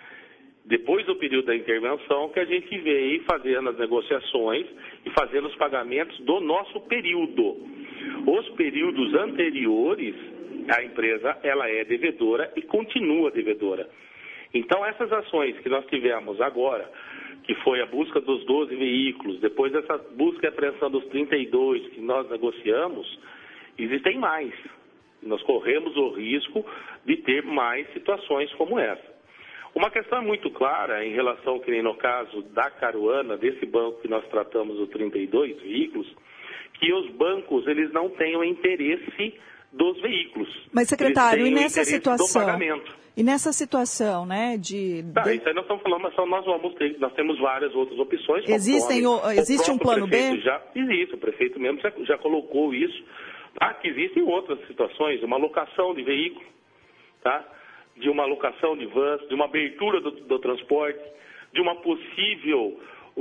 Depois do período da intervenção, que a gente veio fazendo as negociações e fazendo os pagamentos do nosso período. Os períodos anteriores, a empresa ela é devedora e continua devedora. Então, essas ações que nós tivemos agora, que foi a busca dos 12 veículos, depois dessa busca e apreensão dos 32 que nós negociamos, existem mais. Nós corremos o risco de ter mais situações como essa. Uma questão é muito clara em relação, que nem no caso da Caruana, desse banco que nós tratamos, os 32 veículos, que os bancos eles não tenham interesse dos veículos. Mas, secretário, e nessa situação? E nessa situação, né, isso aí nós estamos falando, mas nós temos várias outras opções. Existe um plano B? Existe, o prefeito mesmo já colocou isso, tá? Que existem outras situações, uma locação de veículo, tá? De uma locação de vans, de uma abertura do transporte, de uma possível,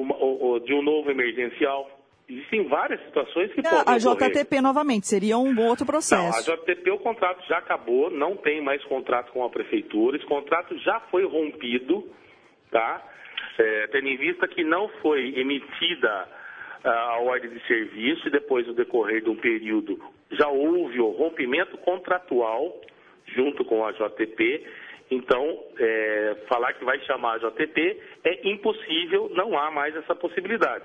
de um novo emergencial. Existem várias situações que podem ocorrer. A JTP novamente, seria um outro processo. Não, a JTP, o contrato já acabou, não tem mais contrato com a prefeitura, esse contrato já foi rompido, tá? Tendo em vista que não foi emitida a ordem de serviço e depois, no decorrer de um período, já houve o rompimento contratual junto com a JTP. Então, falar que vai chamar a JTP é impossível, não há mais essa possibilidade.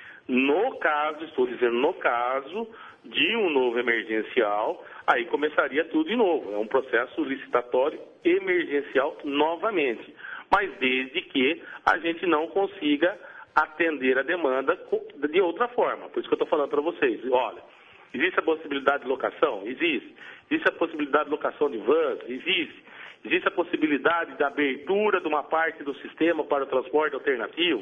No caso, estou dizendo no caso de um novo emergencial, aí começaria tudo de novo. É um processo licitatório emergencial novamente. Mas desde que a gente não consiga atender a demanda de outra forma. Por isso que eu estou falando para vocês. Olha, existe a possibilidade de locação? Existe. Existe a possibilidade de locação de vans? Existe. Existe a possibilidade da abertura de uma parte do sistema para o transporte alternativo?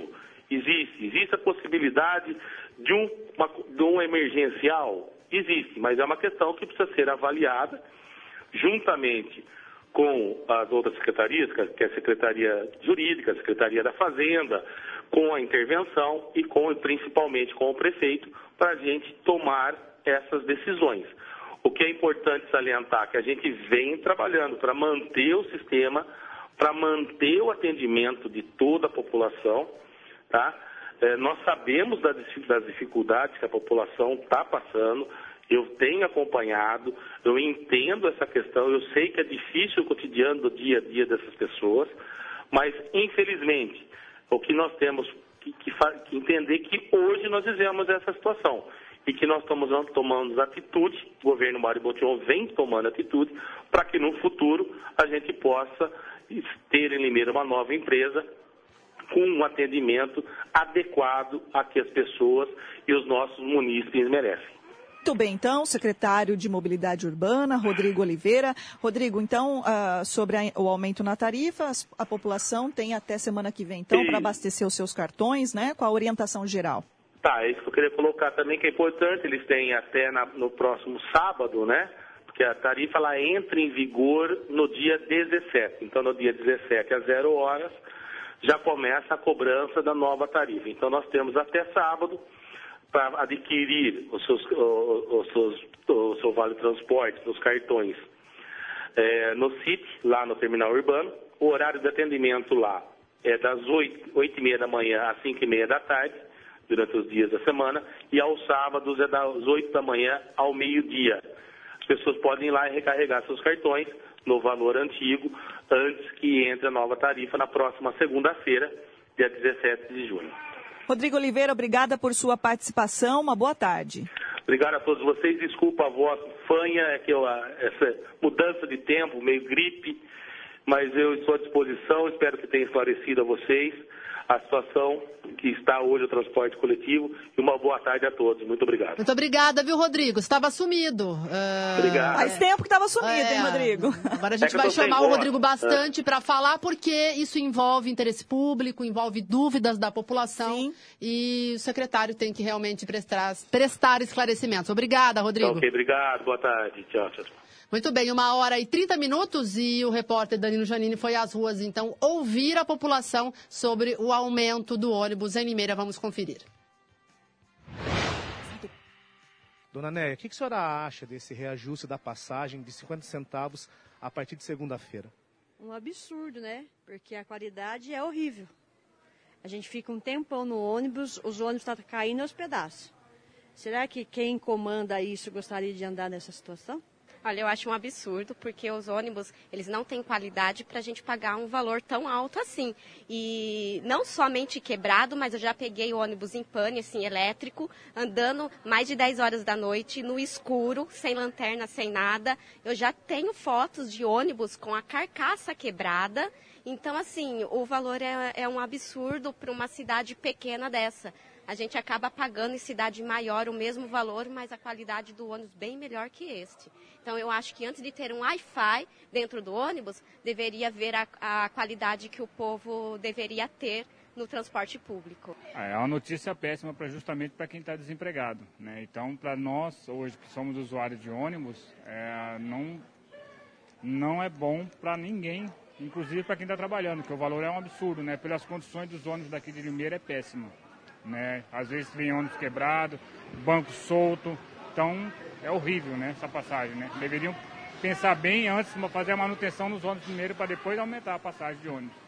Existe a possibilidade de um emergencial? Existe, mas é uma questão que precisa ser avaliada juntamente com as outras secretarias, que é a Secretaria Jurídica, a Secretaria da Fazenda, com a intervenção e principalmente com o prefeito, para a gente tomar essas decisões. O que é importante salientar que a gente vem trabalhando para manter o sistema, para manter o atendimento de toda a população, tá? Nós sabemos das dificuldades que a população está passando, eu tenho acompanhado, eu entendo essa questão, eu sei que é difícil o cotidiano do dia a dia dessas pessoas, mas, infelizmente, o que nós temos que entender que hoje nós vivemos essa situação e que nós estamos tomando atitude, o governo Mário Botion vem tomando atitude, para que no futuro a gente possa ter em Limeira uma nova empresa com um atendimento adequado a que as pessoas e os nossos munícipes merecem. Muito bem, então, secretário de Mobilidade Urbana, Rodrigo Oliveira. Rodrigo, então, sobre o aumento na tarifa, a população tem até semana que vem, então, para abastecer os seus cartões, né? Com a orientação geral. Tá, é isso que eu queria colocar também, que é importante, eles têm até no próximo sábado, né? Porque a tarifa, ela entra em vigor no dia 17. Então, no dia 17, às 0 horas, já começa a cobrança da nova tarifa. Então, nós temos até sábado para adquirir o seu vale transporte, os cartões, no CIT, lá no terminal urbano. O horário de atendimento lá é das 8h30 da manhã às 5h30 da tarde, durante os dias da semana, e aos sábados é das 8 da manhã ao meio-dia. As pessoas podem ir lá e recarregar seus cartões no valor antigo, antes que entre a nova tarifa na próxima segunda-feira, dia 17 de junho. Rodrigo Oliveira, obrigada por sua participação. Uma boa tarde. Obrigado a todos vocês. Desculpa a voz fanha, essa mudança de tempo, meio gripe, mas eu estou à disposição. Espero que tenha esclarecido a vocês a situação que está hoje o transporte coletivo. E uma boa tarde a todos. Muito obrigado. Muito obrigada, viu, Rodrigo? Estava sumido. Obrigado. Faz tempo que estava sumido, hein, Rodrigo? Agora a gente vai chamar o Rodrigo bastante para falar, porque isso envolve interesse público, envolve dúvidas da população. Sim. E o secretário tem que realmente prestar esclarecimentos. Obrigada, Rodrigo. Ok, obrigado. Boa tarde. Tchau, tchau. Muito bem, 1h30 e o repórter Danilo Giannini foi às ruas, então, ouvir a população sobre o aumento do ônibus em Limeira. Vamos conferir. Dona Néia, o que a senhora acha desse reajuste da passagem de 50 centavos a partir de segunda-feira? Um absurdo, né? Porque a qualidade é horrível. A gente fica um tempão no ônibus, os ônibus estão caindo aos pedaços. Será que quem comanda isso gostaria de andar nessa situação? Olha, eu acho um absurdo, porque os ônibus, eles não têm qualidade para a gente pagar um valor tão alto assim. E não somente quebrado, mas eu já peguei o ônibus em pane, assim, elétrico, andando mais de 10 horas da noite, no escuro, sem lanterna, sem nada. Eu já tenho fotos de ônibus com a carcaça quebrada. Então, assim, o valor é um absurdo para uma cidade pequena dessa. A gente acaba pagando em cidade maior o mesmo valor, mas a qualidade do ônibus bem melhor que este. Então, eu acho que antes de ter um Wi-Fi dentro do ônibus, deveria ver a qualidade que o povo deveria ter no transporte público. É uma notícia péssima justamente para quem está desempregado, né? Então, para nós, hoje que somos usuários de ônibus, não é bom para ninguém, inclusive para quem está trabalhando, porque o valor é um absurdo, né? Pelas condições dos ônibus daqui de Limeira é péssimo. Né? Às vezes vem ônibus quebrado, banco solto, então é horrível, né, essa passagem, né? Deveriam pensar bem antes de fazer a manutenção nos ônibus primeiro para depois aumentar a passagem de ônibus.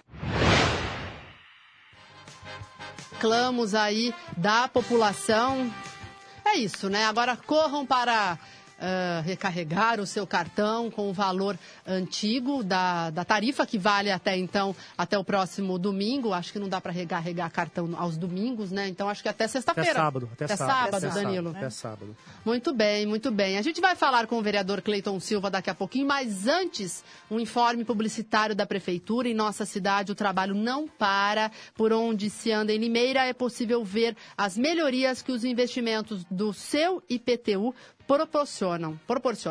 Clamos aí da população. É isso, né? Agora corram para recarregar o seu cartão com o valor antigo da tarifa, que vale até então, até o próximo domingo. Acho que não dá para recarregar cartão aos domingos, né? Então acho que até sexta-feira. Até sábado, Danilo. Até sábado. Muito bem, muito bem. A gente vai falar com o vereador Cleiton Silva daqui a pouquinho, mas antes, um informe publicitário da Prefeitura. Em nossa cidade, o trabalho não para. Por onde se anda em Limeira, é possível ver as melhorias que os investimentos do seu IPTU proporcionam.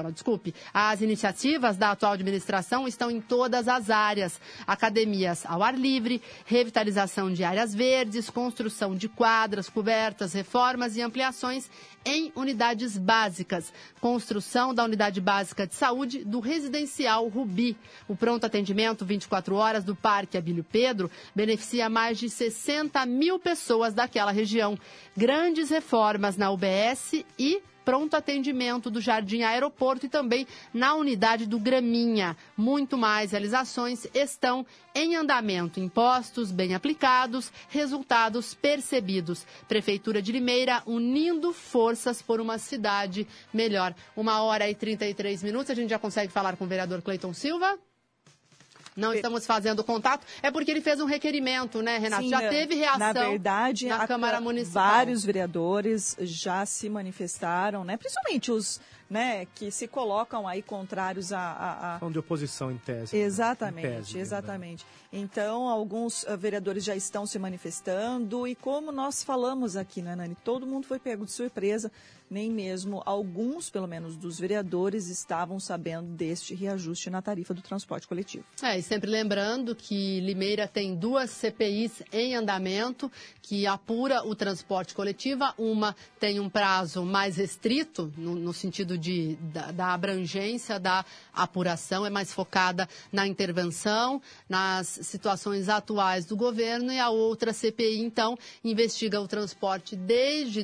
As iniciativas da atual administração estão em todas as áreas: academias ao ar livre, revitalização de áreas verdes, construção de quadras, cobertas, reformas e ampliações em unidades básicas, construção da unidade básica de saúde do residencial Rubi. O pronto atendimento 24 horas do Parque Abílio Pedro beneficia mais de 60 mil pessoas daquela região. Grandes reformas na UBS e pronto atendimento do Jardim Aeroporto e também na unidade do Graminha. Muito mais realizações estão em andamento. Impostos bem aplicados, resultados percebidos. Prefeitura de Limeira unindo forças por uma cidade melhor. 1h33. A gente já consegue falar com o vereador Cleiton Silva? Não estamos fazendo contato, é porque ele fez um requerimento, né, Renato? Sim, já teve reação na verdade, na Câmara Municipal. Vários vereadores já se manifestaram, né? Principalmente os, né, que se colocam aí contrários a... São de oposição em tese. Exatamente, em tese, exatamente. Então, alguns vereadores já estão se manifestando e como nós falamos aqui, né, Nani? Todo mundo foi pego de surpresa, nem mesmo alguns, pelo menos, dos vereadores estavam sabendo deste reajuste na tarifa do transporte coletivo. E sempre lembrando que Limeira tem 2 CPIs em andamento que apura o transporte coletivo. Uma tem um prazo mais restrito, no sentido da abrangência da apuração, é mais focada na intervenção, nas situações atuais do governo, e a outra CPI, então, investiga o transporte desde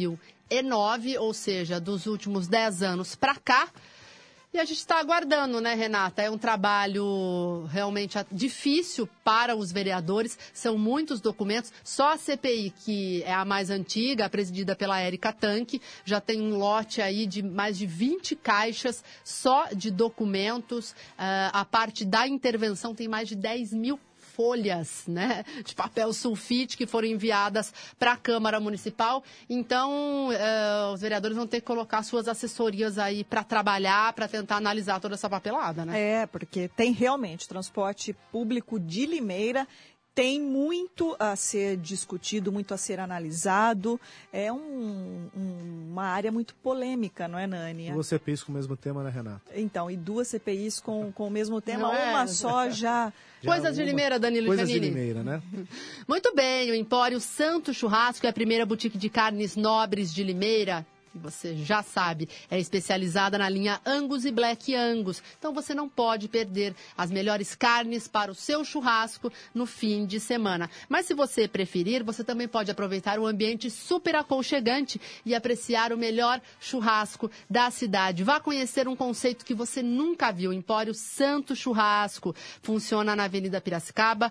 2009, ou seja, dos últimos 10 anos para cá. E a gente está aguardando, né, Renata? É um trabalho realmente difícil para os vereadores, são muitos documentos. Só a CPI, que é a mais antiga, presidida pela Érica Tanque, já tem um lote aí de mais de 20 caixas só de documentos. A parte da intervenção tem mais de 10 mil folhas, né, de papel sulfite que foram enviadas para a Câmara Municipal. Então, os vereadores vão ter que colocar suas assessorias aí para trabalhar, para tentar analisar toda essa papelada, né? Porque tem realmente transporte público de Limeira. Tem muito a ser discutido, muito a ser analisado. É uma área muito polêmica, não é, Nani? 2 CPIs com o mesmo tema, né, Renata? Então, e 2 CPIs com o mesmo tema, não só já... Coisas de Limeira, Danilo Coisas Giannini. de Limeira, né? Muito bem, o Empório Santo Churrasco é a primeira boutique de carnes nobres de Limeira. Você já sabe, é especializada na linha Angus e Black Angus. Então você não pode perder as melhores carnes para o seu churrasco no fim de semana. Mas se você preferir, você também pode aproveitar o ambiente super aconchegante e apreciar o melhor churrasco da cidade. Vá conhecer um conceito que você nunca viu, Empório Santo Churrasco. Funciona na Avenida Piracicaba,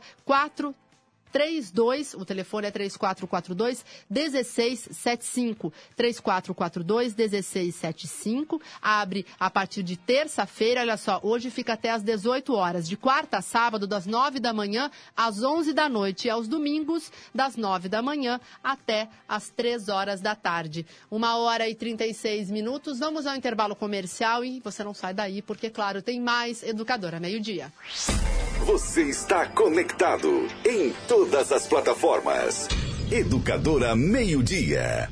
432, o telefone é 3442-1675, 3442-1675, abre a partir de terça-feira, olha só, hoje fica até às 18 horas, de quarta a sábado, das 9 da manhã às 11 da noite, e aos domingos, das 9 da manhã até às 3 horas da tarde. 1h36, vamos ao intervalo comercial e você não sai daí, porque, claro, tem mais Educadora Meio-Dia. Você está conectado em todas as plataformas. Educadora Meio-Dia.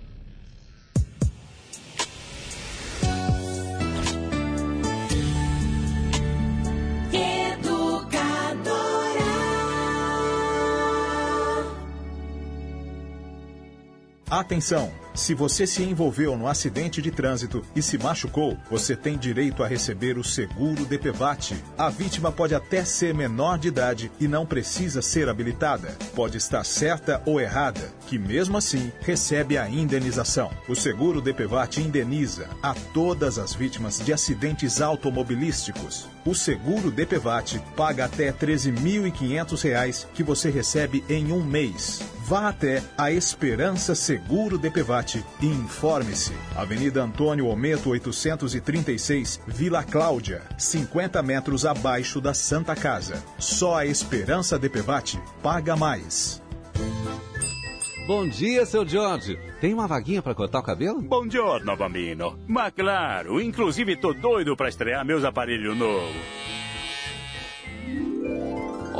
Atenção! Se você se envolveu no acidente de trânsito e se machucou, você tem direito a receber o seguro DPVAT. A vítima pode até ser menor de idade e não precisa ser habilitada. Pode estar certa ou errada, que mesmo assim recebe a indenização. O seguro DPVAT indeniza a todas as vítimas de acidentes automobilísticos. O seguro DPVAT paga até R$ 13.500 que você recebe em um mês. Vá até a Esperança Seguro DPVAT e informe-se. Avenida Antônio Ometo 836, Vila Cláudia, 50 metros abaixo da Santa Casa. Só a Esperança DPVAT paga mais. Bom dia, seu Jorge. Tem uma vaguinha para cortar o cabelo? Bom giorno, bambino. Mas claro, inclusive tô doido para estrear meus aparelhos novos.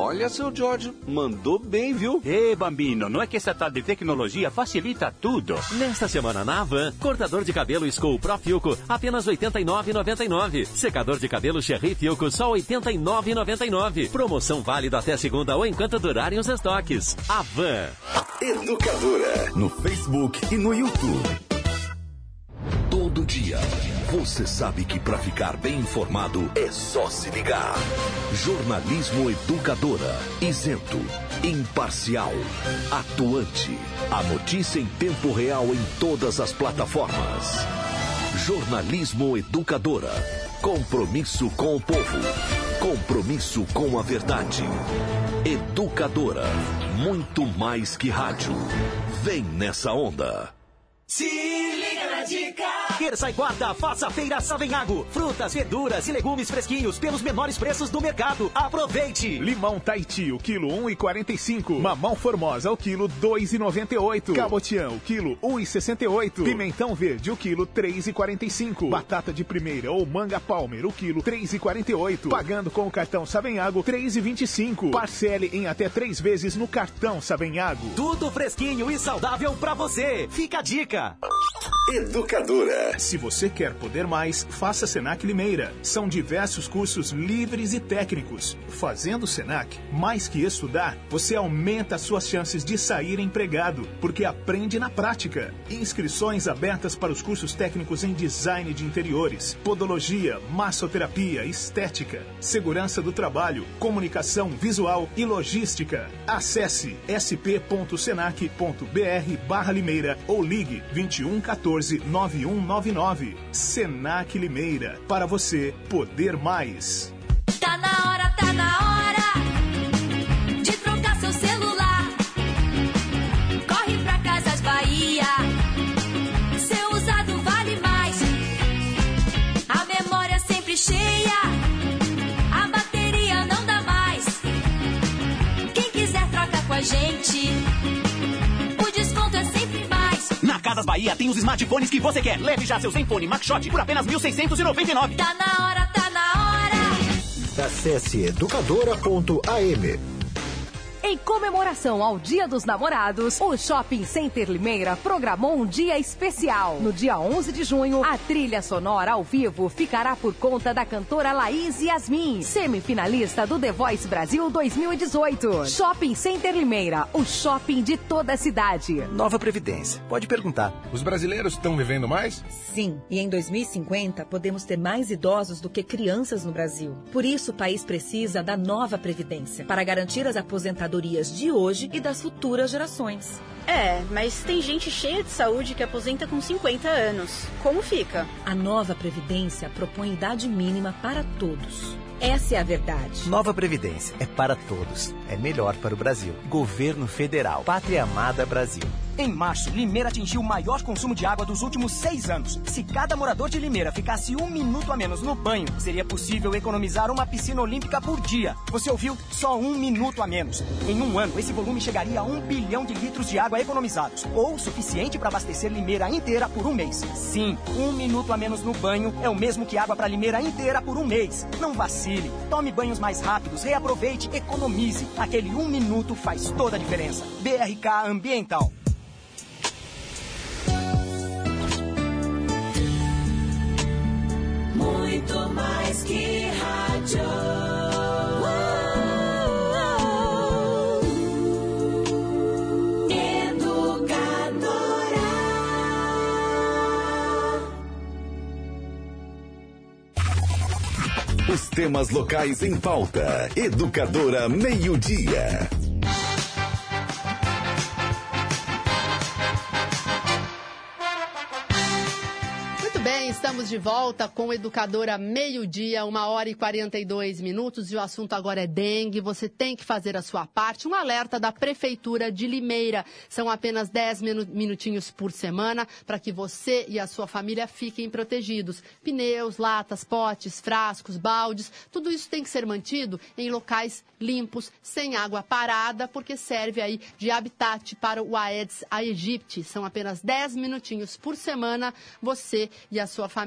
Olha, seu George, mandou bem, viu? Bambino, não é que essa tal de tecnologia facilita tudo. Nesta semana na Havan, cortador de cabelo Skol Pro Filco, apenas R$ 89,99. Secador de cabelo Cherry Filco, só R$ 89,99. Promoção válida até segunda ou enquanto durarem os estoques. Havan. Educadora, no Facebook e no YouTube. Todo dia, você sabe que para ficar bem informado é só se ligar. Jornalismo Educadora, isento, imparcial, atuante. A notícia em tempo real em todas as plataformas. Jornalismo Educadora, compromisso com o povo, compromisso com a verdade. Educadora, muito mais que rádio. Vem nessa onda. Se liga na dica! Terça e quarta, faça a Feira Savenhago. Frutas, verduras e legumes fresquinhos pelos menores preços do mercado. Aproveite! Limão Tahiti, o quilo 1,45. Mamão Formosa, o quilo 2,98. Cabotiã, o quilo 1,68. Pimentão verde, o quilo 3,45. Batata de primeira ou manga Palmer, o quilo 3,48. Pagando com o cartão Savenhago, 3,25. Parcele em até 3 vezes no cartão Savenhago. Tudo fresquinho e saudável pra você. Fica a dica! Educadora. Se você quer poder mais, faça Senac Limeira. São diversos cursos livres e técnicos. Fazendo Senac, mais que estudar, você aumenta as suas chances de sair empregado, porque aprende na prática. Inscrições abertas para os cursos técnicos em design de interiores, podologia, massoterapia, estética, segurança do trabalho, comunicação visual e logística. Acesse sp.senac.br/Limeira ou ligue 21 14 9199. Senac Limeira, para você poder mais. Tá na hora de trocar seu celular. Corre pra Casas Bahia, seu usado vale mais. A memória sempre cheia, a bateria não dá mais. Quem quiser trocar com a gente, o desconto é sempre mais. Na Casas Bahia tem os smartphones que você quer. Leve já seu Zenfone Max Shot por apenas R$ 1.699. Tá na hora. Acesse educadora.am. Em comemoração ao Dia dos Namorados, o Shopping Center Limeira programou um dia especial. No dia 11 de junho, a trilha sonora ao vivo ficará por conta da cantora Laís Yasmin, semifinalista do The Voice Brasil 2018. Shopping Center Limeira, o shopping de toda a cidade. Nova Previdência. Pode perguntar. Os brasileiros estão vivendo mais? Sim, e em 2050 podemos ter mais idosos do que crianças no Brasil. Por isso o país precisa da Nova Previdência, para garantir as aposentadorias de hoje e das futuras gerações. Mas tem gente cheia de saúde que aposenta com 50 anos. Como fica? A Nova Previdência propõe idade mínima para todos. Essa é a verdade. Nova Previdência é para todos. É melhor para o Brasil. Governo Federal. Pátria Amada Brasil. Em março, Limeira atingiu o maior consumo de água dos últimos 6 anos. Se cada morador de Limeira ficasse 1 minuto a menos no banho, seria possível economizar uma piscina olímpica por dia. Você ouviu? Só 1 minuto a menos. Em um ano, esse volume chegaria a 1 bilhão de litros de água economizados, ou o suficiente para abastecer Limeira inteira por um mês. Sim, 1 minuto a menos no banho é o mesmo que água para Limeira inteira por um mês. Não vacile. Tome banhos mais rápidos, reaproveite, economize. Aquele 1 minuto faz toda a diferença. BRK Ambiental. Muito mais que rádio. Educadora. Os temas locais em pauta. Educadora Meio-Dia. Estamos de volta com Educadora Meio-Dia, 1h42 e o assunto agora é dengue. Você tem que fazer a sua parte. Um alerta da Prefeitura de Limeira. São apenas 10 minutinhos por semana para que você e a sua família fiquem protegidos. Pneus, latas, potes, frascos, baldes, tudo isso tem que ser mantido em locais limpos, sem água parada, porque serve aí de habitat para o Aedes aegypti. São apenas 10 minutinhos por semana, você e a sua família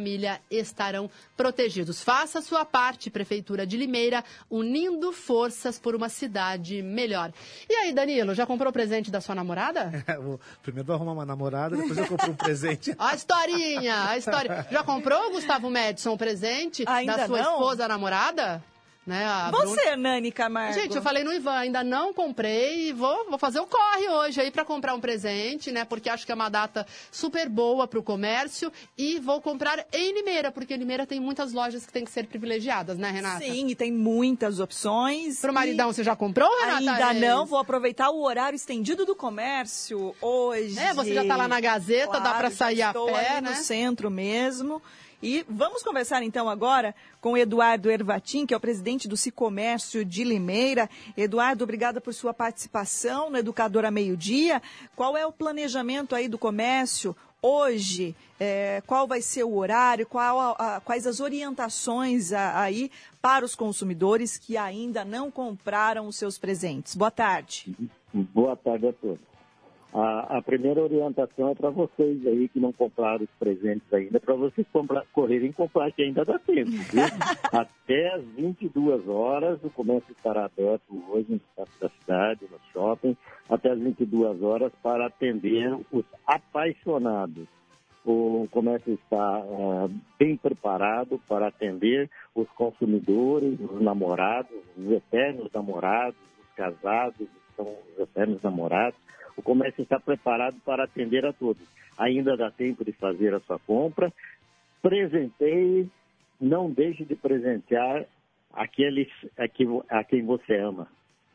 família estarão protegidos. Faça a sua parte, Prefeitura de Limeira, unindo forças por uma cidade melhor. E aí, Danilo, já comprou o presente da sua namorada? Primeiro vou arrumar uma namorada, depois eu compro um presente. A historinha, a história. Já comprou, Gustavo Madison, um presente da sua esposa namorada? Né, você, Nani Camargo. Gente, eu falei no Ivan, ainda não comprei e vou fazer o corre hoje aí para comprar um presente, né? Porque acho que é uma data super boa para o comércio e vou comprar em Limeira, porque Limeira tem muitas lojas que tem que ser privilegiadas, né, Renata? Sim, e tem muitas opções. Pro maridão, você já comprou, Renata? Ainda não, vou aproveitar o horário estendido do comércio hoje. Você já tá lá na Gazeta, claro, dá para sair a pé, né? No centro mesmo. E vamos conversar então agora com o Eduardo Ervatin, que é o presidente do Sicomércio de Limeira. Eduardo, obrigada por sua participação no Educadora Meio-Dia. Qual é o planejamento aí do comércio hoje? Qual vai ser o horário? Quais as orientações aí para os consumidores que ainda não compraram os seus presentes? Boa tarde. Boa tarde a todos. A primeira orientação é para vocês aí que não compraram os presentes ainda, para vocês correrem comprar, que ainda dá tempo, viu? Até às 22 horas, o comércio estará aberto hoje no centro da cidade, no shopping, até às 22 horas para atender os apaixonados. O comércio está bem preparado para atender os consumidores, os namorados, os eternos namorados, os casados, os eternos namorados. O comércio está preparado para atender a todos. Ainda dá tempo de fazer a sua compra. Presenteie, não deixe de presentear aqueles a quem você ama.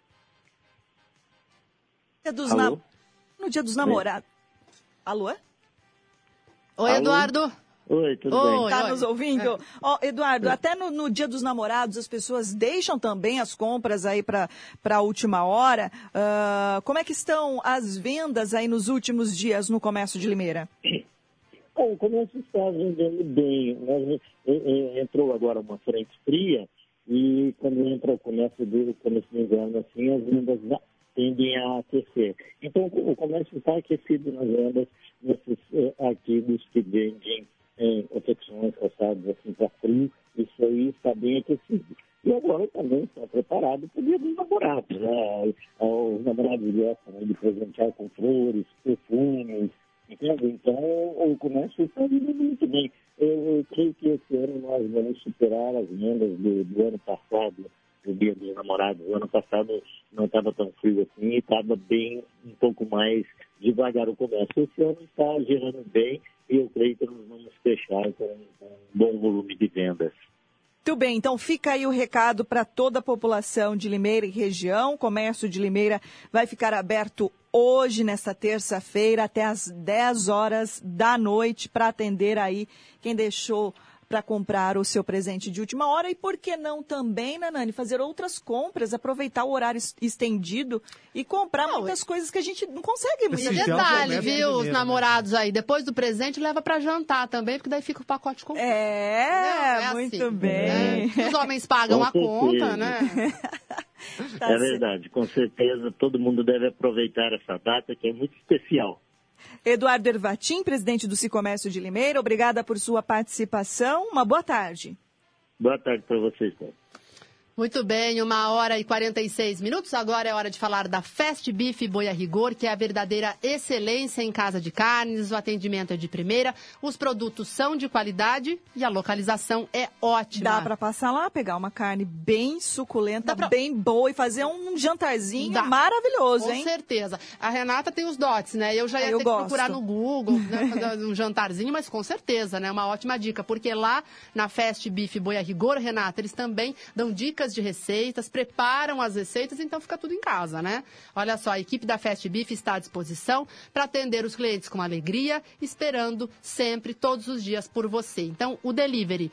No Dia dos Namorados. Alô? Oi, Eduardo. Oi, tudo bem? Está nos ouvindo? Eduardo, até no Dia dos Namorados as pessoas deixam também as compras aí para a última hora. Como é que estão as vendas aí nos últimos dias no comércio de Limeira? O comércio está vendendo bem. Entrou agora uma frente fria e quando entra o comércio de inverno, assim, as vendas tendem a aquecer. Então o comércio está aquecido nas vendas nesses artigos que vendem confecções, calçados assim para frio, isso aí está bem aquecido. E agora também está preparado para o Dia dos Namorados, né? Os namorados gostam de presentear com flores, perfumes, entende? Então o comércio está indo muito bem. Eu creio que esse ano nós vamos superar as vendas do ano passado, do Dia dos Namorados. O ano passado não estava tão frio assim e estava bem, um pouco mais devagar o comércio. Esse ano está gerando bem e eu creio que nós vamos fechar com um bom volume de vendas. Muito bem, então fica aí o recado para toda a população de Limeira e região. O comércio de Limeira vai ficar aberto hoje, nesta terça-feira, até às 10 horas da noite, para atender aí quem deixou para comprar o seu presente de última hora. E por que não também, né, Nani, fazer outras compras, aproveitar o horário estendido e comprar muitas coisas que a gente não consegue. E detalhe, viu, os namorados aí, depois do presente, leva para jantar também, porque daí fica o pacote completo. Muito assim, bem. Né? Os homens pagam a conta, né? É verdade, com certeza todo mundo deve aproveitar essa data que é muito especial. Eduardo Ervatin, presidente do Sicomércio de Limeira, obrigada por sua participação. Uma boa tarde. Boa tarde para vocês todos. Muito bem, 1h46. Agora é hora de falar da Fast Beef Boi a Rigor, que é a verdadeira excelência em casa de carnes. O atendimento é de primeira, os produtos são de qualidade e a localização é ótima. Dá para passar lá, pegar uma carne bem suculenta, bem boa e fazer um jantarzinho maravilhoso, hein? Com certeza. A Renata tem os dotes, né? Eu já ia ter que procurar no Google, né, fazer um jantarzinho, mas com certeza, né? Uma ótima dica, porque lá na Fast Beef Boi a Rigor, Renata, eles também dão dicas de receitas, preparam as receitas, então fica tudo em casa, né? Olha só, a equipe da Fast Beef está à disposição para atender os clientes com alegria, esperando sempre, todos os dias, por você. Então, o delivery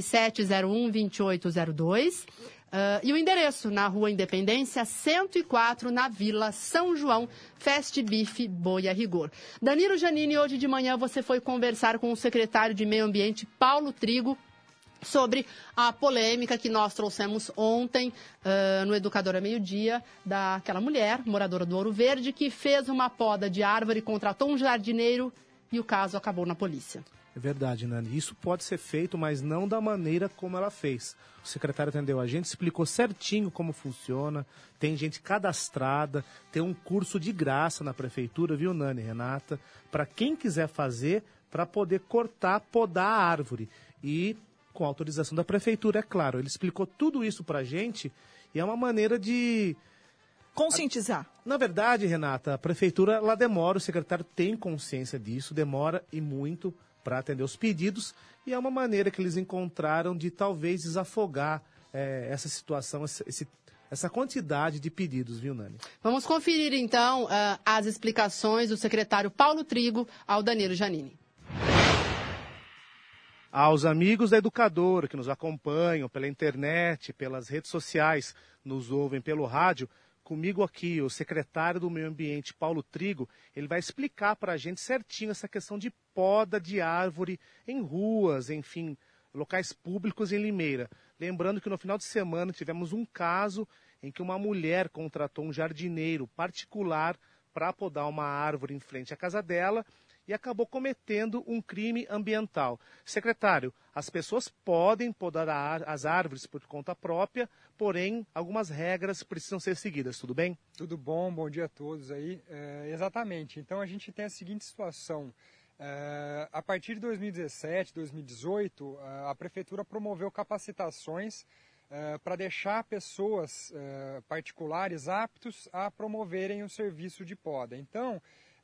3701-2802 e o endereço na Rua Independência 104, na Vila São João, Fast Beef Boi a Rigor. Danilo Giannini, hoje de manhã você foi conversar com o secretário de Meio Ambiente, Paulo Trigo, sobre a polêmica que nós trouxemos ontem no Educadora Meio-Dia, daquela mulher, moradora do Ouro Verde, que fez uma poda de árvore, contratou um jardineiro e o caso acabou na polícia. É verdade, Nani. Isso pode ser feito, mas não da maneira como ela fez. O secretário atendeu a gente, explicou certinho como funciona, tem gente cadastrada, tem um curso de graça na prefeitura, viu, Nani e Renata? Para quem quiser fazer, para poder cortar, podar a árvore. E com autorização da prefeitura, é claro. Ele explicou tudo isso para a gente e é uma maneira de... conscientizar. Na verdade, Renata, a prefeitura, ela demora, o secretário tem consciência disso, demora e muito para atender os pedidos, e é uma maneira que eles encontraram de talvez desafogar essa situação, essa quantidade de pedidos, viu, Nani? Vamos conferir, então, as explicações do secretário Paulo Trigo ao Danilo Giannini. Aos amigos da Educadora que nos acompanham pela internet, pelas redes sociais, nos ouvem pelo rádio, comigo aqui, o secretário do Meio Ambiente, Paulo Trigo, ele vai explicar para a gente certinho essa questão de poda de árvore em ruas, enfim, locais públicos em Limeira. Lembrando que no final de semana tivemos um caso em que uma mulher contratou um jardineiro particular para podar uma árvore em frente à casa dela e acabou cometendo um crime ambiental. Secretário, as pessoas podem podar as árvores por conta própria, porém, algumas regras precisam ser seguidas, tudo bem? Tudo bom, bom dia a todos aí. Exatamente, então a gente tem a seguinte situação. A partir de 2017, 2018, a Prefeitura promoveu capacitações para deixar pessoas particulares aptos a promoverem o serviço de poda. Então,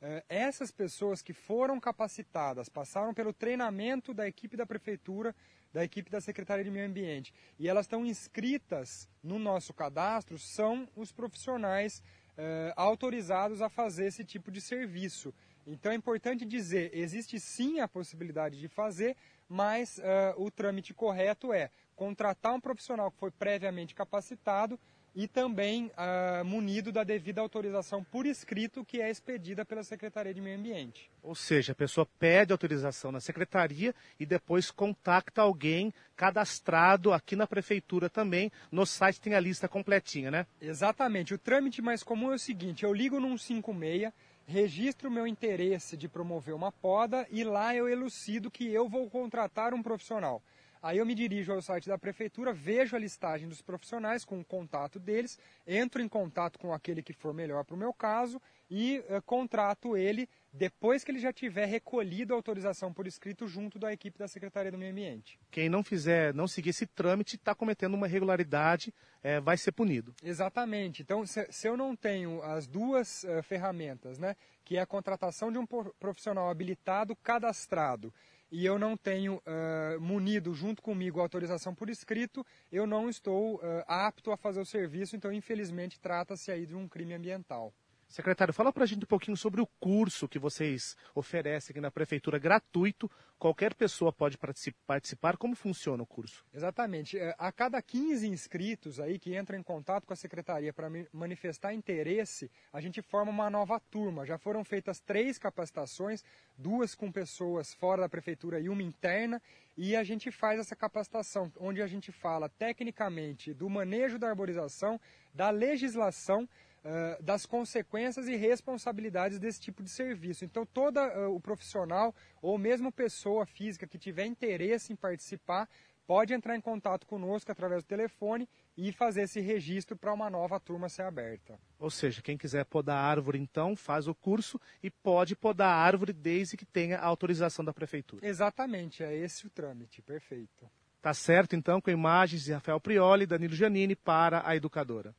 essas pessoas que foram capacitadas, passaram pelo treinamento da equipe da Prefeitura, da equipe da Secretaria de Meio Ambiente, e elas estão inscritas no nosso cadastro, são os profissionais autorizados a fazer esse tipo de serviço. Então é importante dizer, existe sim a possibilidade de fazer, mas o trâmite correto é contratar um profissional que foi previamente capacitado e também munido da devida autorização por escrito que é expedida pela Secretaria de Meio Ambiente. Ou seja, a pessoa pede autorização na Secretaria e depois contacta alguém cadastrado aqui na Prefeitura também. No site tem a lista completinha, né? Exatamente. O trâmite mais comum é o seguinte, eu ligo no 156, registro o meu interesse de promover uma poda e lá eu elucido que eu vou contratar um profissional. Aí eu me dirijo ao site da Prefeitura, vejo a listagem dos profissionais com o contato deles, entro em contato com aquele que for melhor para o meu caso e contrato ele depois que ele já tiver recolhido a autorização por escrito junto da equipe da Secretaria do Meio Ambiente. Quem não seguir esse trâmite, está cometendo uma irregularidade, vai ser punido. Exatamente. Então, se eu não tenho as duas ferramentas, né, que é a contratação de um profissional habilitado, cadastrado, e eu não tenho munido junto comigo a autorização por escrito, eu não estou apto a fazer o serviço, então infelizmente trata-se aí de um crime ambiental. Secretário, fala pra gente um pouquinho sobre o curso que vocês oferecem aqui na Prefeitura, gratuito, qualquer pessoa pode participar, como funciona o curso? Exatamente, a cada 15 inscritos aí que entram em contato com a Secretaria para manifestar interesse, a gente forma uma nova turma, já foram feitas 3 capacitações, 2 com pessoas fora da Prefeitura e uma interna, e a gente faz essa capacitação, onde a gente fala tecnicamente do manejo da arborização, da legislação, das consequências e responsabilidades desse tipo de serviço. Então, todo o profissional ou mesmo pessoa física que tiver interesse em participar pode entrar em contato conosco através do telefone e fazer esse registro para uma nova turma ser aberta. Ou seja, quem quiser podar árvore, então, faz o curso e pode podar a árvore desde que tenha a autorização da Prefeitura. Exatamente, é esse o trâmite, perfeito. Tá certo, então, com imagens de Rafael Prioli e Danilo Giannini para a Educadora.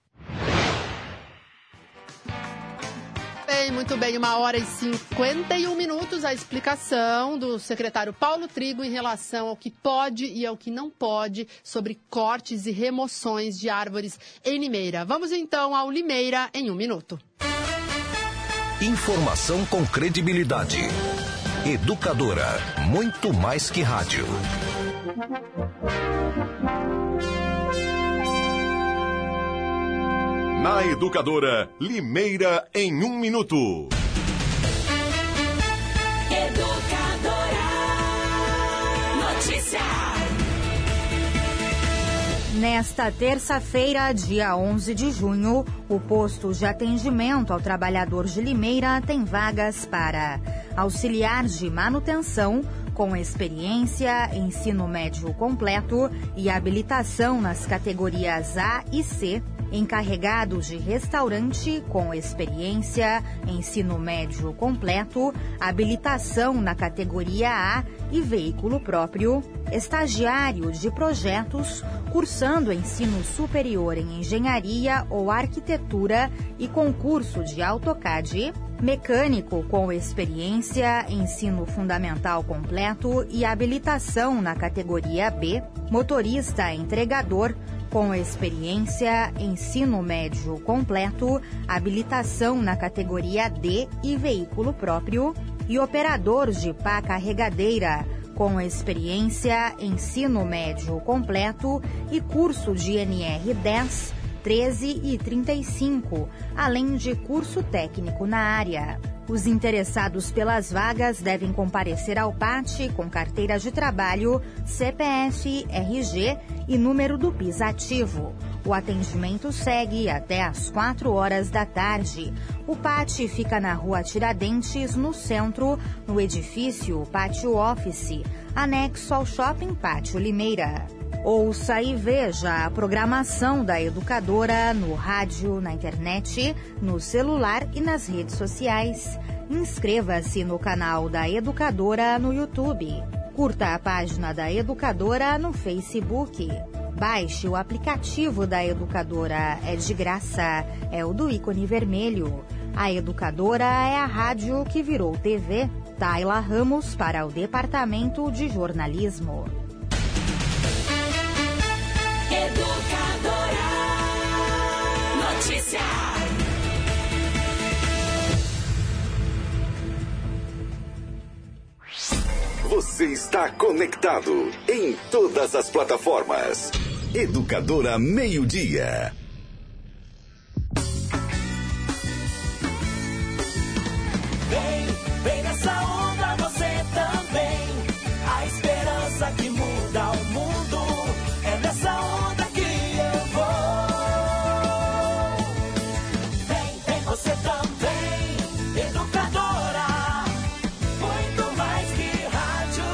Muito bem, 1h51, a explicação do secretário Paulo Trigo em relação ao que pode e ao que não pode sobre cortes e remoções de árvores em Limeira. Vamos então ao Limeira em 1 minuto. Informação com credibilidade. Educadora, muito mais que rádio. Na Educadora, Limeira em 1 minuto. Educadora Notícia. Nesta terça-feira, dia 11 de junho, o posto de atendimento ao trabalhador de Limeira tem vagas para auxiliar de manutenção, com experiência, ensino médio completo e habilitação nas categorias A e C. Encarregado de restaurante com experiência, ensino médio completo, habilitação na categoria A e veículo próprio. Estagiário de projetos, cursando ensino superior em engenharia ou arquitetura e concurso de AutoCAD. Mecânico com experiência, ensino fundamental completo e habilitação na categoria B. Motorista entregador com experiência, ensino médio completo, habilitação na categoria D e veículo próprio. E operador de pá carregadeira com experiência, ensino médio completo e curso de NR 10, 13 e 35, além de curso técnico na área. Os interessados pelas vagas devem comparecer ao PAT com carteira de trabalho, CPF, RG e número do PIS ativo. O atendimento segue até às 4 horas da tarde. O PAT fica na Rua Tiradentes, no centro, no edifício Pátio Office, anexo ao Shopping Pátio Limeira. Ouça e veja a programação da Educadora no rádio, na internet, no celular e nas redes sociais. Inscreva-se no canal da Educadora no YouTube. Curta a página da Educadora no Facebook. Baixe o aplicativo da Educadora, é de graça, é o do ícone vermelho. A Educadora é a rádio que virou TV. Tayla Ramos para o Departamento de Jornalismo. Educadora Notícia. Você está conectado em todas as plataformas. Educadora Meio-Dia. Vem nessa onda você também. A esperança que muda o mundo. É nessa onda que eu vou. Vem você também. Educadora, muito mais que rádio.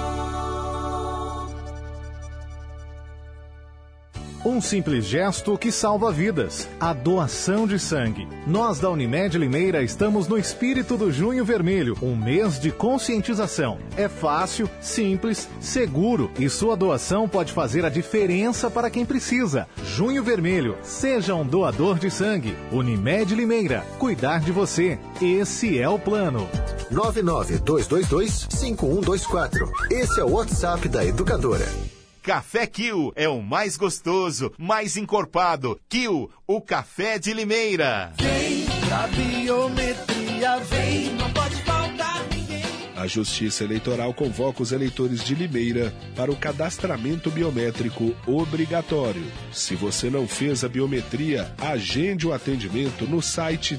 Um simples gesto que salva vidas. A doação de sangue. Nós da Unimed Limeira estamos no espírito do Junho Vermelho, um mês de conscientização. É fácil, simples, seguro e sua doação pode fazer a diferença para quem precisa. Junho Vermelho, seja um doador de sangue. Unimed Limeira, cuidar de você. Esse é o plano. 99222-5124. Esse é o WhatsApp da Educadora. Café Kill é o mais gostoso, mais encorpado. Kill, o café de Limeira. Vem pra biometria, vem, não pode faltar ninguém. A Justiça Eleitoral convoca os eleitores de Limeira para o cadastramento biométrico obrigatório. Se você não fez a biometria, agende o atendimento no site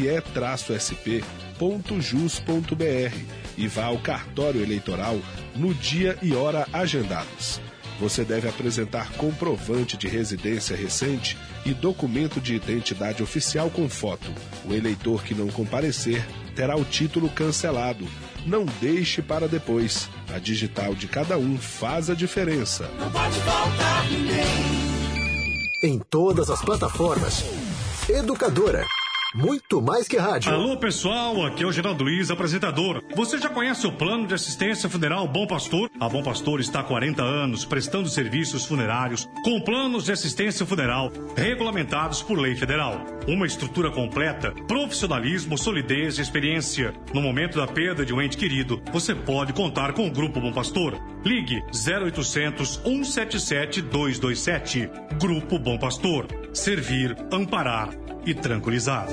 tre-sp.jus.br e vá ao cartório eleitoral no dia e hora agendados. Você deve apresentar comprovante de residência recente e documento de identidade oficial com foto. O eleitor que não comparecer terá o título cancelado. Não deixe para depois. A digital de cada um faz a diferença. Não pode faltar ninguém. Em todas as plataformas. Educadora. Muito mais que rádio. Alô, pessoal, aqui é o Geraldo Luiz, apresentador. Você já conhece o plano de assistência funeral Bom Pastor? A Bom Pastor está há 40 anos prestando serviços funerários com planos de assistência funeral regulamentados por lei federal. Uma estrutura completa, profissionalismo, solidez e experiência. No momento da perda de um ente querido, você pode contar com o Grupo Bom Pastor. Ligue 0800 177 227. Grupo Bom Pastor. Servir, amparar e tranquilizar.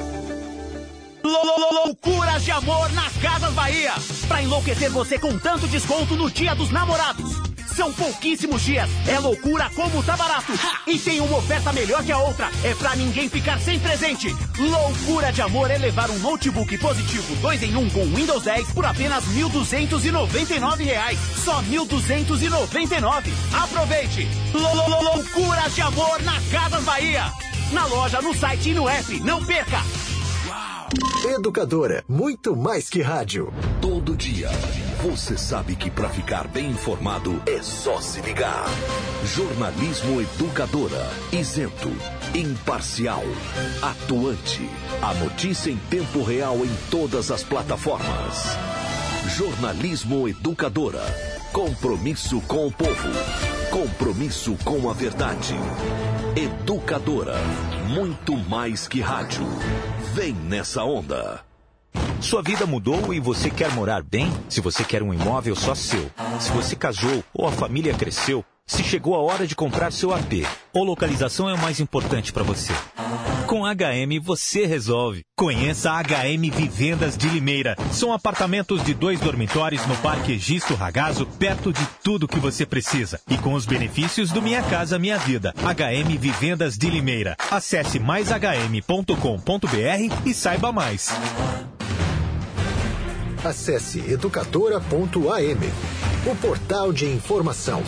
Loucuras de amor nas Casas Bahia. Pra enlouquecer você com tanto desconto no Dia dos Namorados. São pouquíssimos dias. É loucura como tá barato. E tem uma oferta melhor que a outra. É pra ninguém ficar sem presente. Loucura de amor é levar um notebook positivo 2-em-1 com Windows 10 por apenas R$ 1.299. Só R$ 1.299. Aproveite. Loucuras de amor nas Casas Bahia. Na loja, no site e no app. Não perca! Educadora, muito mais que rádio. Todo dia, Você sabe que para ficar bem informado é só se ligar. Jornalismo Educadora. Isento, imparcial, atuante. A notícia em tempo real em todas as plataformas. Jornalismo Educadora. Compromisso com o povo. Compromisso com a verdade. Educadora. Muito mais que rádio. Vem nessa onda. Sua vida mudou e você quer morar bem? Se você quer um imóvel só seu, se você casou ou a família cresceu, se chegou a hora de comprar seu AP, ou localização é o mais importante para você. Com HM você resolve. Conheça a HM Vivendas de Limeira. São apartamentos de 2 dormitórios no Parque Egisto Ragazzo, perto de tudo que você precisa. E com os benefícios do Minha Casa Minha Vida. HM Vivendas de Limeira. Acesse maishm.com.br e saiba mais. Acesse educadora.am, o portal de informação.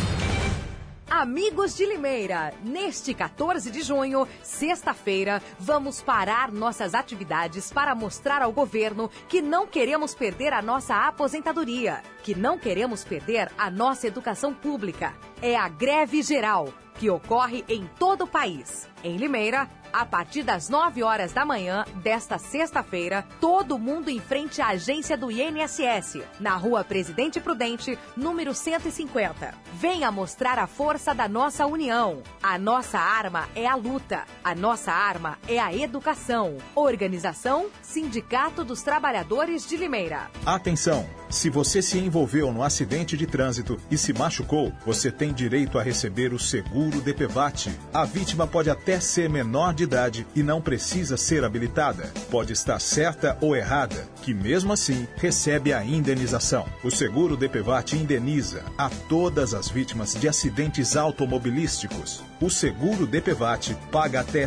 Amigos de Limeira, neste 14 de junho, sexta-feira, vamos parar nossas atividades para mostrar ao governo que não queremos perder a nossa aposentadoria, que não queremos perder a nossa educação pública. É a greve geral, que ocorre em todo o país. Em Limeira, a partir das 9 horas da manhã desta sexta-feira, todo mundo em frente à agência do INSS, na Rua Presidente Prudente, número 150. Venha mostrar a força da nossa união. A nossa arma é a luta. A nossa arma é a educação. Organização Sindicato dos Trabalhadores de Limeira. Atenção! Se você se envolveu no acidente de trânsito e se machucou, você tem direito a receber o seguro DPVAT. A vítima pode até ser menor de idade e não precisa ser habilitada. Pode estar certa ou errada, que mesmo assim recebe a indenização. O seguro DPVAT indeniza a todas as vítimas de acidentes automobilísticos. O seguro DPVAT paga até R$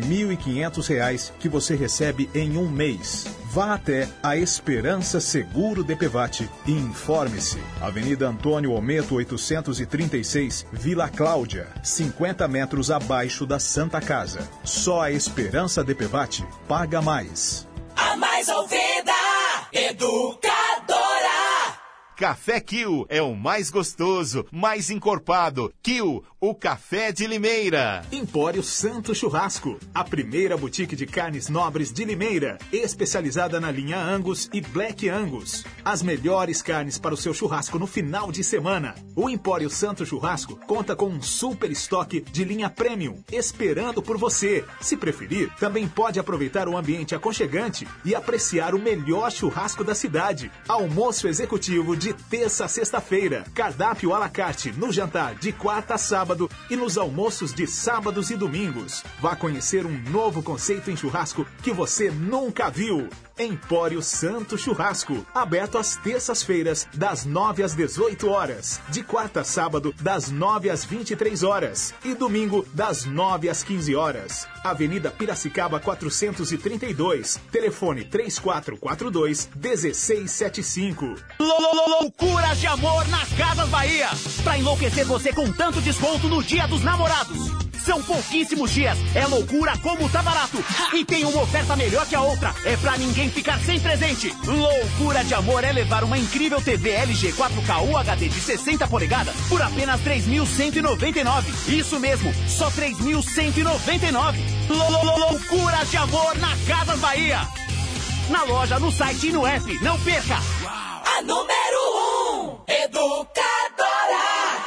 13.500 que você recebe em um mês. Vá até a Esperança Seguro DPVAT e informe-se. Avenida Antônio Ometo 836, Vila Cláudia, 50 metros abaixo da Santa Casa. Só a Esperança DPVAT paga mais. A mais ouvida, Educadora. Café Kill é o mais gostoso, mais encorpado. Kill, o café de Limeira. Empório Santo Churrasco, a primeira boutique de carnes nobres de Limeira, especializada na linha Angus e Black Angus. As melhores carnes para o seu churrasco no final de semana. O Empório Santo Churrasco conta com um super estoque de linha Premium, esperando por você. Se preferir, também pode aproveitar o ambiente aconchegante e apreciar o melhor churrasco da cidade. Almoço executivo de terça a sexta-feira. Cardápio à la carte no jantar de quarta a sábado e nos almoços de sábados e domingos. Vá conhecer um novo conceito em churrasco que você nunca viu. Empório Santo Churrasco, aberto às terças-feiras, das 9 às 18 horas. De quarta a sábado, das 9 às 23 horas. E domingo, das 9 às 15 horas. Avenida Piracicaba 432. Telefone 3442-1675. Loucuras de amor nas Casas Bahia. Pra enlouquecer você com tanto desconto no Dia dos Namorados. São pouquíssimos dias, é loucura como tá barato. E tem uma oferta melhor que a outra, é pra ninguém ficar sem presente. Loucura de amor é levar uma incrível TV LG 4K UHD de 60 polegadas por apenas R$ 3.199. Isso mesmo, só R$ 3.199. Loucura de amor na Casas Bahia. Na loja, no site e no app, não perca. A número 1, Educadora.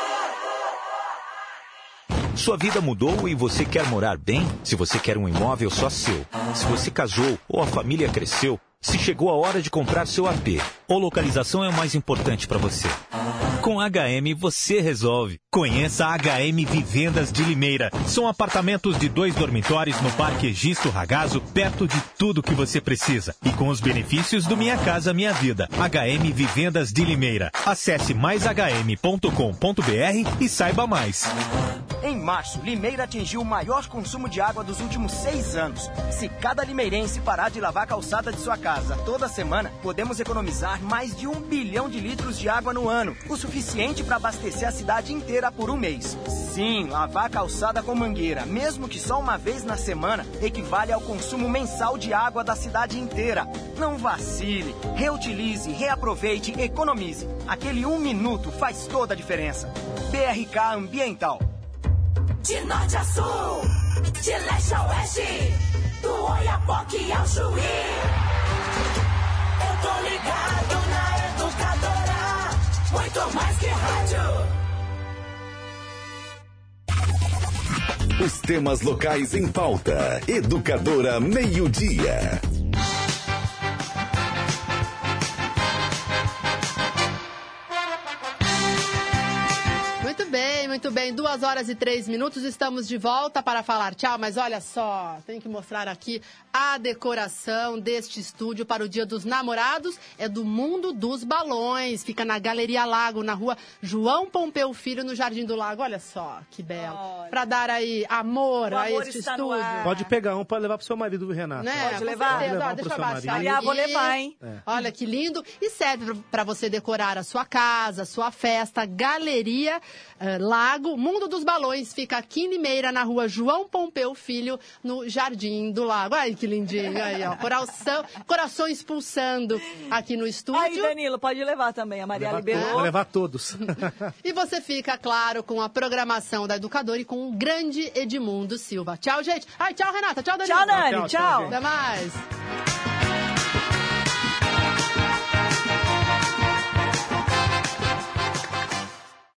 Sua vida mudou e você quer morar bem? Se você quer um imóvel só seu, se você casou ou a família cresceu, se chegou a hora de comprar seu AP, ou localização é o mais importante para você. Com HM você resolve. Conheça a HM Vivendas de Limeira. São apartamentos de 2 dormitórios no Parque Egisto Ragazzo, perto de tudo que você precisa. E com os benefícios do Minha Casa Minha Vida. HM Vivendas de Limeira. Acesse maishm.com.br e saiba mais. Em março, Limeira atingiu o maior consumo de água dos últimos 6 anos. Se cada limeirense parar de lavar a calçada de sua casa toda semana, podemos economizar mais de 1 bilhão de litros de água no ano. O suficiente suficiente para abastecer a cidade inteira por um mês. Sim, lavar a calçada com mangueira, mesmo que só uma vez na semana, equivale ao consumo mensal de água da cidade inteira. Não vacile, reutilize, reaproveite, economize. Aquele 1 minuto faz toda a diferença. BRK Ambiental. De norte a sul, de leste a oeste, do Oiapoque ao Chuí. Eu tô ligado na Educadora, muito mais que rádio. Os temas locais em pauta. Educadora Meio-Dia. Muito bem, 2h03, estamos de volta para falar tchau, mas olha só, tem que mostrar aqui a decoração deste estúdio para o Dia dos Namorados, é do Mundo dos Balões, fica na Galeria Lago, na rua João Pompeu Filho, no Jardim do Lago, olha só, que belo, para dar aí amor a este estúdio. Pode pegar um para levar pro seu marido, Renato. Né? Pode levar? Deixa eu baixar. Vou levar, hein? Olha que lindo, e serve para você decorar a sua casa, a sua festa, Galeria Lago, Mundo dos Balões, fica aqui em Limeira, na rua João Pompeu Filho, no Jardim do Lago. Ai, que lindinho aí, ó. Corações pulsando aqui no estúdio. Aí, Danilo, pode levar também, a Maria liberou. Vou levar todos. E você fica, claro, com a programação da Educadora e com o grande Edmundo Silva. Tchau, gente. Ai, tchau, Renata. Tchau, Danilo. Tchau, Nani. Tchau. Até mais.